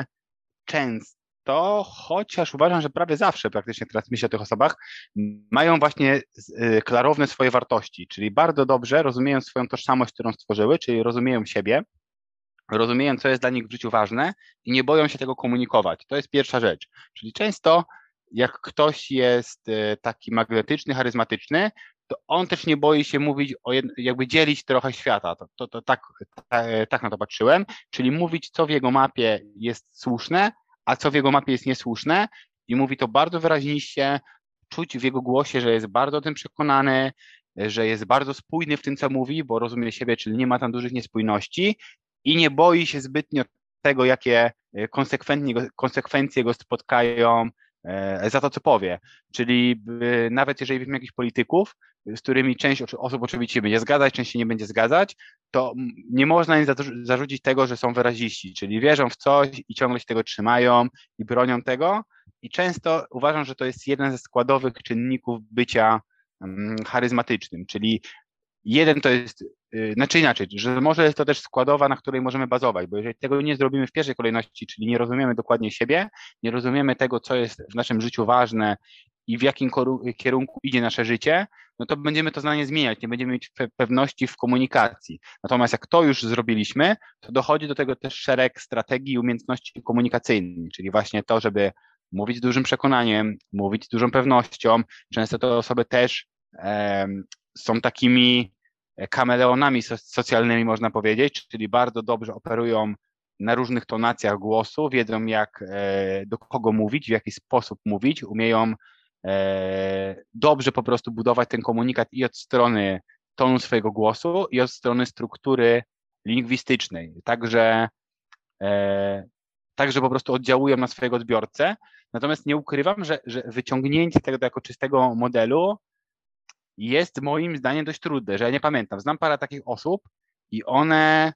często, chociaż uważam, że prawie zawsze, praktycznie teraz myślę o tych osobach, mają właśnie klarowne swoje wartości, czyli bardzo dobrze rozumieją swoją tożsamość, którą stworzyły, czyli rozumieją siebie, rozumieją, co jest dla nich w życiu ważne i nie boją się tego komunikować. To jest pierwsza rzecz. Czyli często jak ktoś jest taki magnetyczny, charyzmatyczny, to on też nie boi się mówić, o jed... jakby dzielić trochę świata. To, to, to tak, tak, tak na to patrzyłem, czyli mówić, co w jego mapie jest słuszne, a co w jego mapie jest niesłuszne i mówi to bardzo wyraźnie, czuć w jego głosie, że jest bardzo o tym przekonany, że jest bardzo spójny w tym, co mówi, bo rozumie siebie, czyli nie ma tam dużych niespójności i nie boi się zbytnio tego, jakie konsekwencje go spotkają za to, co powie. Czyli nawet jeżeli weźmiemy jakichś polityków, z którymi część osób oczywiście się będzie zgadzać, część się nie będzie zgadzać, to nie można im zarzucić tego, że są wyraziści, czyli wierzą w coś i ciągle się tego trzymają i bronią tego. I często uważam, że to jest jeden ze składowych czynników bycia charyzmatycznym, czyli jeden to jest, znaczy inaczej, że może jest to też składowa, na której możemy bazować, bo jeżeli tego nie zrobimy w pierwszej kolejności, czyli nie rozumiemy dokładnie siebie, nie rozumiemy tego, co jest w naszym życiu ważne i w jakim kierunku idzie nasze życie, no to będziemy to zdanie zmieniać, nie będziemy mieć pewności w komunikacji. Natomiast jak to już zrobiliśmy, to dochodzi do tego też szereg strategii i umiejętności komunikacyjnych, czyli właśnie to, żeby mówić z dużym przekonaniem, mówić z dużą pewnością. Często te osoby też e, są takimi kameleonami socjalnymi, można powiedzieć, czyli bardzo dobrze operują na różnych tonacjach głosu, wiedzą jak, do kogo mówić, w jaki sposób mówić, umieją dobrze po prostu budować ten komunikat i od strony tonu swojego głosu, i od strony struktury lingwistycznej. Także, także po prostu oddziałują na swojego odbiorcę. Natomiast nie ukrywam, że, że wyciągnięcie tego jako czystego modelu jest moim zdaniem dość trudne, że ja nie pamiętam. Znam parę takich osób i one...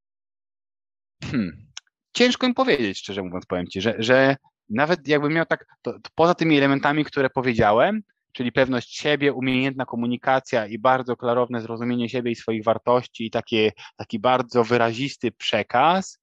Hmm, ciężko im powiedzieć, szczerze mówiąc, powiem Ci, że, że nawet jakbym miał tak, to, to poza tymi elementami, które powiedziałem, czyli pewność siebie, umiejętna komunikacja i bardzo klarowne zrozumienie siebie i swoich wartości i takie, taki bardzo wyrazisty przekaz,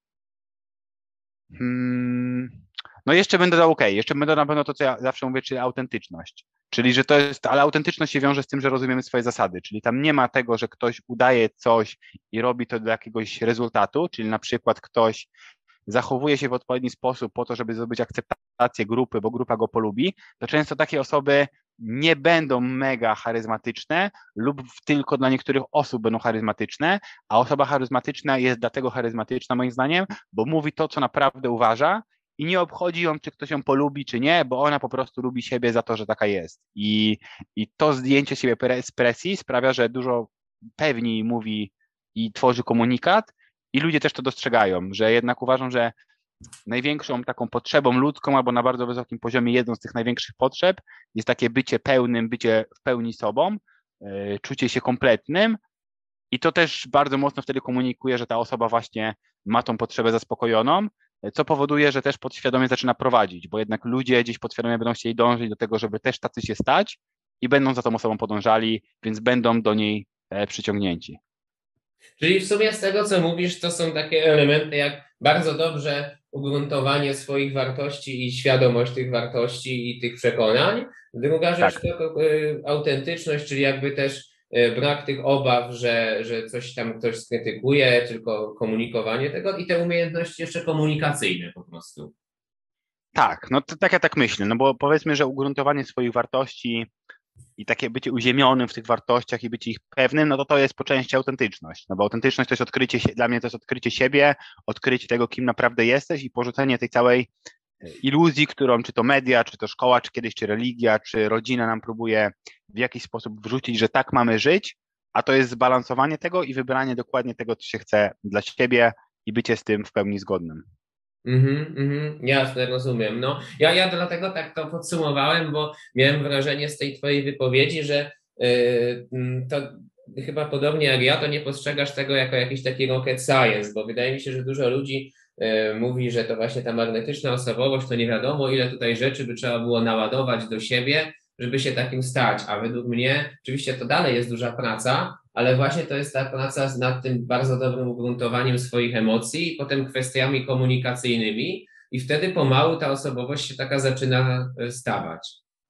hmm, no jeszcze będę dał OK, jeszcze będę na pewno to, co ja zawsze mówię, czyli autentyczność. Czyli, że to jest, ale autentyczność się wiąże z tym, że rozumiemy swoje zasady, czyli tam nie ma tego, że ktoś udaje coś i robi to do jakiegoś rezultatu, czyli na przykład ktoś zachowuje się w odpowiedni sposób po to, żeby zdobyć akceptację grupy, bo grupa go polubi, to często takie osoby nie będą mega charyzmatyczne lub tylko dla niektórych osób będą charyzmatyczne, a osoba charyzmatyczna jest dlatego charyzmatyczna moim zdaniem, bo mówi to, co naprawdę uważa, i nie obchodzi ją, czy ktoś ją polubi, czy nie, bo ona po prostu lubi siebie za to, że taka jest. I, i to zdjęcie siebie z presji sprawia, że dużo pewniej mówi i tworzy komunikat i ludzie też to dostrzegają, że jednak uważam, że największą taką potrzebą ludzką albo na bardzo wysokim poziomie jedną z tych największych potrzeb jest takie bycie pełnym, bycie w pełni sobą, yy, czucie się kompletnym I to też bardzo mocno wtedy komunikuje, że ta osoba właśnie ma tą potrzebę zaspokojoną, co powoduje, że też podświadomie zaczyna prowadzić, bo jednak ludzie gdzieś podświadomie będą chcieli dążyć do tego, żeby też tacy się stać i będą za tą osobą podążali, więc będą do niej przyciągnięci. Czyli w sumie z tego, co mówisz, to są takie elementy jak bardzo dobrze ugruntowanie swoich wartości i świadomość tych wartości i tych przekonań. Druga rzecz Tak. to y, autentyczność, czyli jakby też y, brak tych obaw, że, że coś tam ktoś skrytykuje, tylko komunikowanie tego i te umiejętności jeszcze komunikacyjne po prostu. Tak, no to, tak ja tak myślę, no bo powiedzmy, że ugruntowanie swoich wartości i takie bycie uziemionym w tych wartościach i bycie ich pewnym, no to to jest po części autentyczność, no bo autentyczność to jest odkrycie, dla mnie to jest odkrycie siebie, odkrycie tego, kim naprawdę jesteś i porzucenie tej całej iluzji, którą czy to media, czy to szkoła, czy kiedyś, czy religia, czy rodzina nam próbuje w jakiś sposób wrzucić, że tak mamy żyć, a to jest zbalansowanie tego i wybranie dokładnie tego, co się chce dla siebie i bycie z tym w pełni zgodnym. Mhm, mhm, jasne, rozumiem. No, ja, ja dlatego tak to podsumowałem, bo miałem wrażenie z tej twojej wypowiedzi, że yy, to chyba podobnie jak ja, to nie postrzegasz tego jako jakiś taki rocket science, bo wydaje mi się, że dużo ludzi yy, mówi, że to właśnie ta magnetyczna osobowość, to nie wiadomo, ile tutaj rzeczy by trzeba było naładować do siebie, żeby się takim stać, a według mnie oczywiście to dalej jest duża praca, ale właśnie to jest ta praca nad tym bardzo dobrym ugruntowaniem swoich emocji i potem kwestiami komunikacyjnymi i wtedy pomału ta osobowość się taka zaczyna stawać.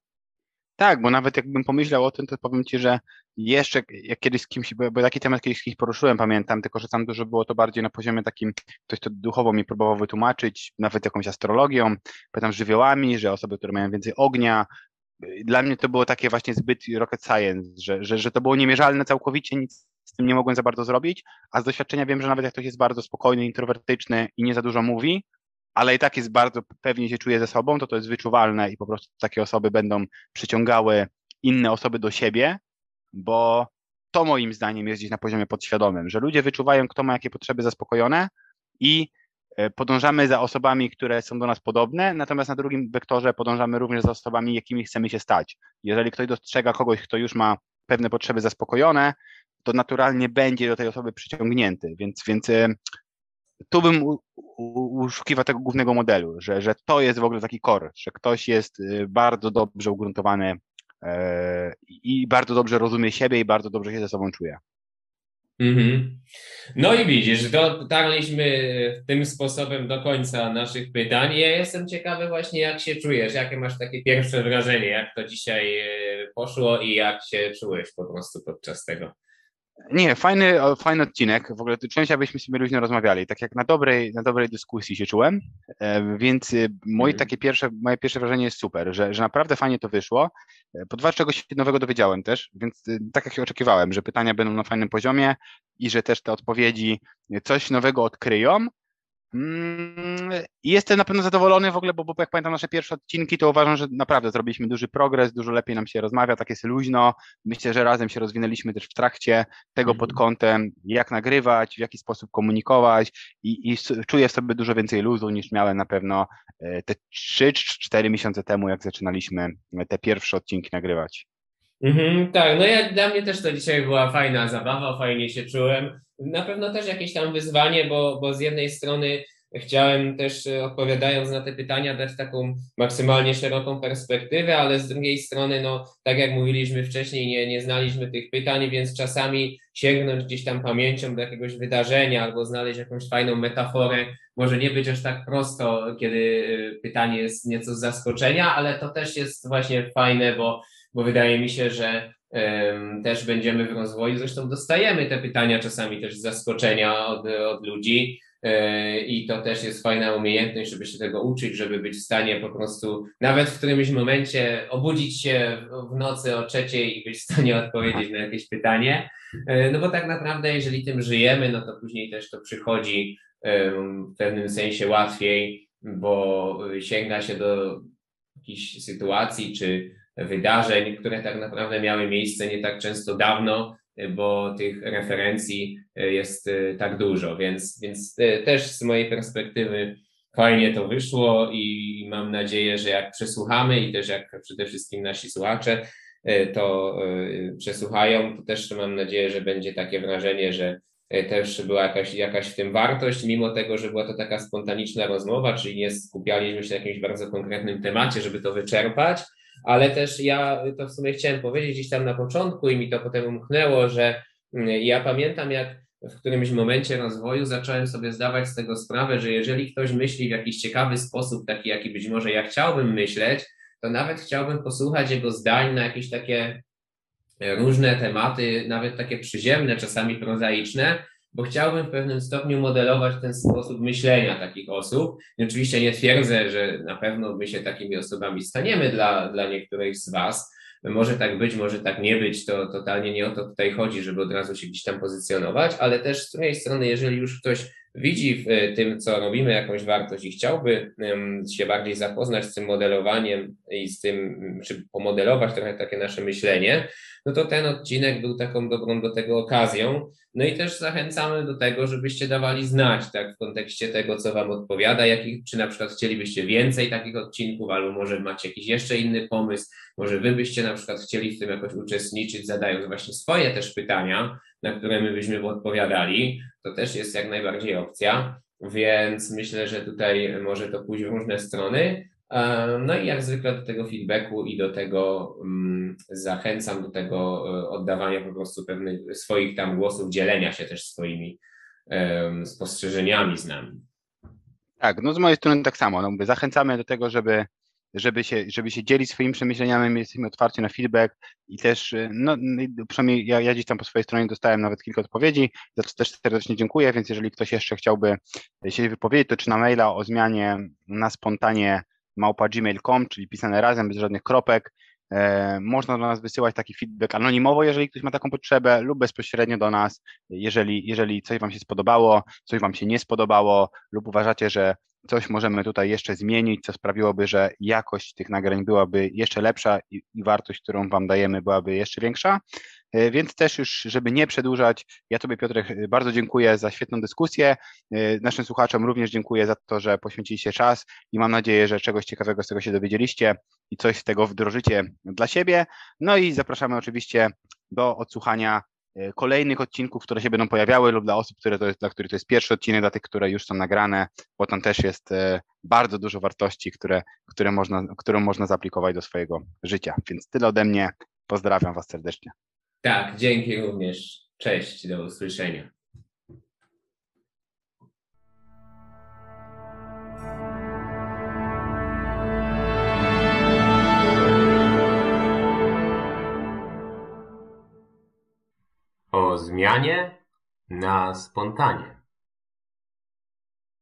Tak, bo nawet jakbym pomyślał o tym, to powiem Ci, że jeszcze jak kiedyś z kimś, bo, bo taki temat kiedyś z kimś poruszyłem, pamiętam, tylko że tam dużo było to bardziej na poziomie takim, ktoś to duchowo mi próbował wytłumaczyć, nawet jakąś astrologią, pamiętam żywiołami, że osoby, które mają więcej ognia. Dla mnie to było takie właśnie zbyt rocket science, że, że, że to było niemierzalne całkowicie, nic z tym nie mogłem za bardzo zrobić, a z doświadczenia wiem, że nawet jak ktoś jest bardzo spokojny, introwertyczny i nie za dużo mówi, ale i tak jest bardzo pewnie się czuje ze sobą, to to jest wyczuwalne i po prostu takie osoby będą przyciągały inne osoby do siebie, bo to moim zdaniem jest gdzieś na poziomie podświadomym, że ludzie wyczuwają, kto ma jakie potrzeby zaspokojone i podążamy za osobami, które są do nas podobne, natomiast na drugim wektorze podążamy również za osobami, jakimi chcemy się stać. Jeżeli ktoś dostrzega kogoś, kto już ma pewne potrzeby zaspokojone, to naturalnie będzie do tej osoby przyciągnięty, więc, więc tu bym uszukiwał tego głównego modelu, że, że to jest w ogóle taki core, że ktoś jest bardzo dobrze ugruntowany i bardzo dobrze rozumie siebie i bardzo dobrze się ze sobą czuje. Mm-hmm. No i widzisz, dotarliśmy tym sposobem do końca naszych pytań. Ja jestem ciekawy właśnie, jak się czujesz, jakie masz takie pierwsze wrażenie, jak to dzisiaj poszło i jak się czułeś po prostu podczas tego. Nie, fajny, fajny odcinek. W ogóle część abyśmy sobie luźno rozmawiali. Tak jak na dobrej, na dobrej dyskusji się czułem, więc moje takie pierwsze, moje pierwsze wrażenie jest super, że, że naprawdę fajnie to wyszło. Po dwa, czegoś się nowego dowiedziałem też, więc tak jak się oczekiwałem, że pytania będą na fajnym poziomie i że też te odpowiedzi coś nowego odkryją. I jestem na pewno zadowolony w ogóle, bo, bo jak pamiętam nasze pierwsze odcinki, to uważam, że naprawdę zrobiliśmy duży progres, dużo lepiej nam się rozmawia, tak jest luźno. Myślę, że razem się rozwinęliśmy też w trakcie tego mm. pod kątem, jak nagrywać, w jaki sposób komunikować i, i czuję w sobie dużo więcej luzu niż miałem na pewno te trzy czy cztery miesiące temu, jak zaczynaliśmy te pierwsze odcinki nagrywać. Mhm, tak, no ja, dla mnie też to dzisiaj była fajna zabawa, fajnie się czułem. Na pewno też jakieś tam wyzwanie, bo, bo z jednej strony chciałem też, odpowiadając na te pytania, dać taką maksymalnie szeroką perspektywę, ale z drugiej strony, no tak jak mówiliśmy wcześniej, nie, nie znaliśmy tych pytań, więc czasami sięgnąć gdzieś tam pamięcią do jakiegoś wydarzenia albo znaleźć jakąś fajną metaforę może nie być aż tak prosto, kiedy pytanie jest nieco z zaskoczenia, ale to też jest właśnie fajne, bo bo wydaje mi się, że um, też będziemy w rozwoju, zresztą dostajemy te pytania czasami też z zaskoczenia od, od ludzi yy, i to też jest fajna umiejętność, żeby się tego uczyć, żeby być w stanie po prostu nawet w którymś momencie obudzić się w, w nocy o trzeciej i być w stanie odpowiedzieć na jakieś pytanie, yy, no bo tak naprawdę jeżeli tym żyjemy, no to później też to przychodzi yy, w pewnym sensie łatwiej, bo sięga się do jakichś sytuacji czy wydarzeń, które tak naprawdę miały miejsce nie tak często dawno, bo tych referencji jest tak dużo, więc, więc też z mojej perspektywy fajnie to wyszło i mam nadzieję, że jak przesłuchamy i też jak przede wszystkim nasi słuchacze to przesłuchają, to też mam nadzieję, że będzie takie wrażenie, że też była jakaś, jakaś w tym wartość, mimo tego, że była to taka spontaniczna rozmowa, czyli nie skupialiśmy się na jakimś bardzo konkretnym temacie, żeby to wyczerpać, ale też ja to w sumie chciałem powiedzieć gdzieś tam na początku i mi to potem umknęło, że ja pamiętam, jak w którymś momencie rozwoju zacząłem sobie zdawać z tego sprawę, że jeżeli ktoś myśli w jakiś ciekawy sposób, taki jaki być może ja chciałbym myśleć, to nawet chciałbym posłuchać jego zdań na jakieś takie różne tematy, nawet takie przyziemne, czasami prozaiczne, bo chciałbym w pewnym stopniu modelować ten sposób myślenia takich osób. I oczywiście nie twierdzę, że na pewno my się takimi osobami staniemy dla, dla niektórych z Was. Może tak być, może tak nie być, to totalnie nie o to tutaj chodzi, żeby od razu się gdzieś tam pozycjonować, ale też z drugiej strony, jeżeli już ktoś widzi w tym, co robimy, jakąś wartość i chciałby się bardziej zapoznać z tym modelowaniem i z tym, czy pomodelować trochę takie nasze myślenie, no to ten odcinek był taką dobrą do tego okazją. No i też zachęcamy do tego, żebyście dawali znać, tak, w kontekście tego, co Wam odpowiada, jakich, czy na przykład chcielibyście więcej takich odcinków, albo może macie jakiś jeszcze inny pomysł, może Wy byście na przykład chcieli w tym jakoś uczestniczyć, zadając właśnie swoje też pytania, na które my byśmy odpowiadali. To też jest jak najbardziej opcja, więc myślę, że tutaj może to pójść w różne strony. No i jak zwykle do tego feedbacku i do tego um, zachęcam do tego oddawania po prostu pewnych swoich tam głosów, dzielenia się też swoimi um, spostrzeżeniami z nami. Tak, no z mojej strony tak samo. No mówię, zachęcamy do tego, żeby, żeby, się, żeby się dzielić swoimi przemyśleniami, my jesteśmy otwarci na feedback i też, no przynajmniej ja, ja gdzieś tam po swojej stronie dostałem nawet kilka odpowiedzi, za co też serdecznie dziękuję, więc jeżeli ktoś jeszcze chciałby się wypowiedzieć, to czy na maila o zmianie na spontanie małpa gmail kropka com, czyli pisane razem, bez żadnych kropek. E, można do nas wysyłać taki feedback anonimowo, jeżeli ktoś ma taką potrzebę, lub bezpośrednio do nas, jeżeli, jeżeli coś Wam się spodobało, coś Wam się nie spodobało, lub uważacie, że coś możemy tutaj jeszcze zmienić, co sprawiłoby, że jakość tych nagrań byłaby jeszcze lepsza i, i wartość, którą Wam dajemy, byłaby jeszcze większa. Więc też już, żeby nie przedłużać, ja Tobie, Piotrek, bardzo dziękuję za świetną dyskusję. Naszym słuchaczom również dziękuję za to, że poświęciliście czas i mam nadzieję, że czegoś ciekawego z tego się dowiedzieliście i coś z tego wdrożycie dla siebie. No i zapraszamy oczywiście do odsłuchania kolejnych odcinków, które się będą pojawiały, lub dla osób, które to jest, dla których to jest pierwszy odcinek, dla tych, które już są nagrane, bo tam też jest bardzo dużo wartości, które, które można, którą można zaaplikować do swojego życia. Więc tyle ode mnie. Pozdrawiam Was serdecznie. Tak, dzięki również. Cześć, do usłyszenia. O zmianie na spontanie.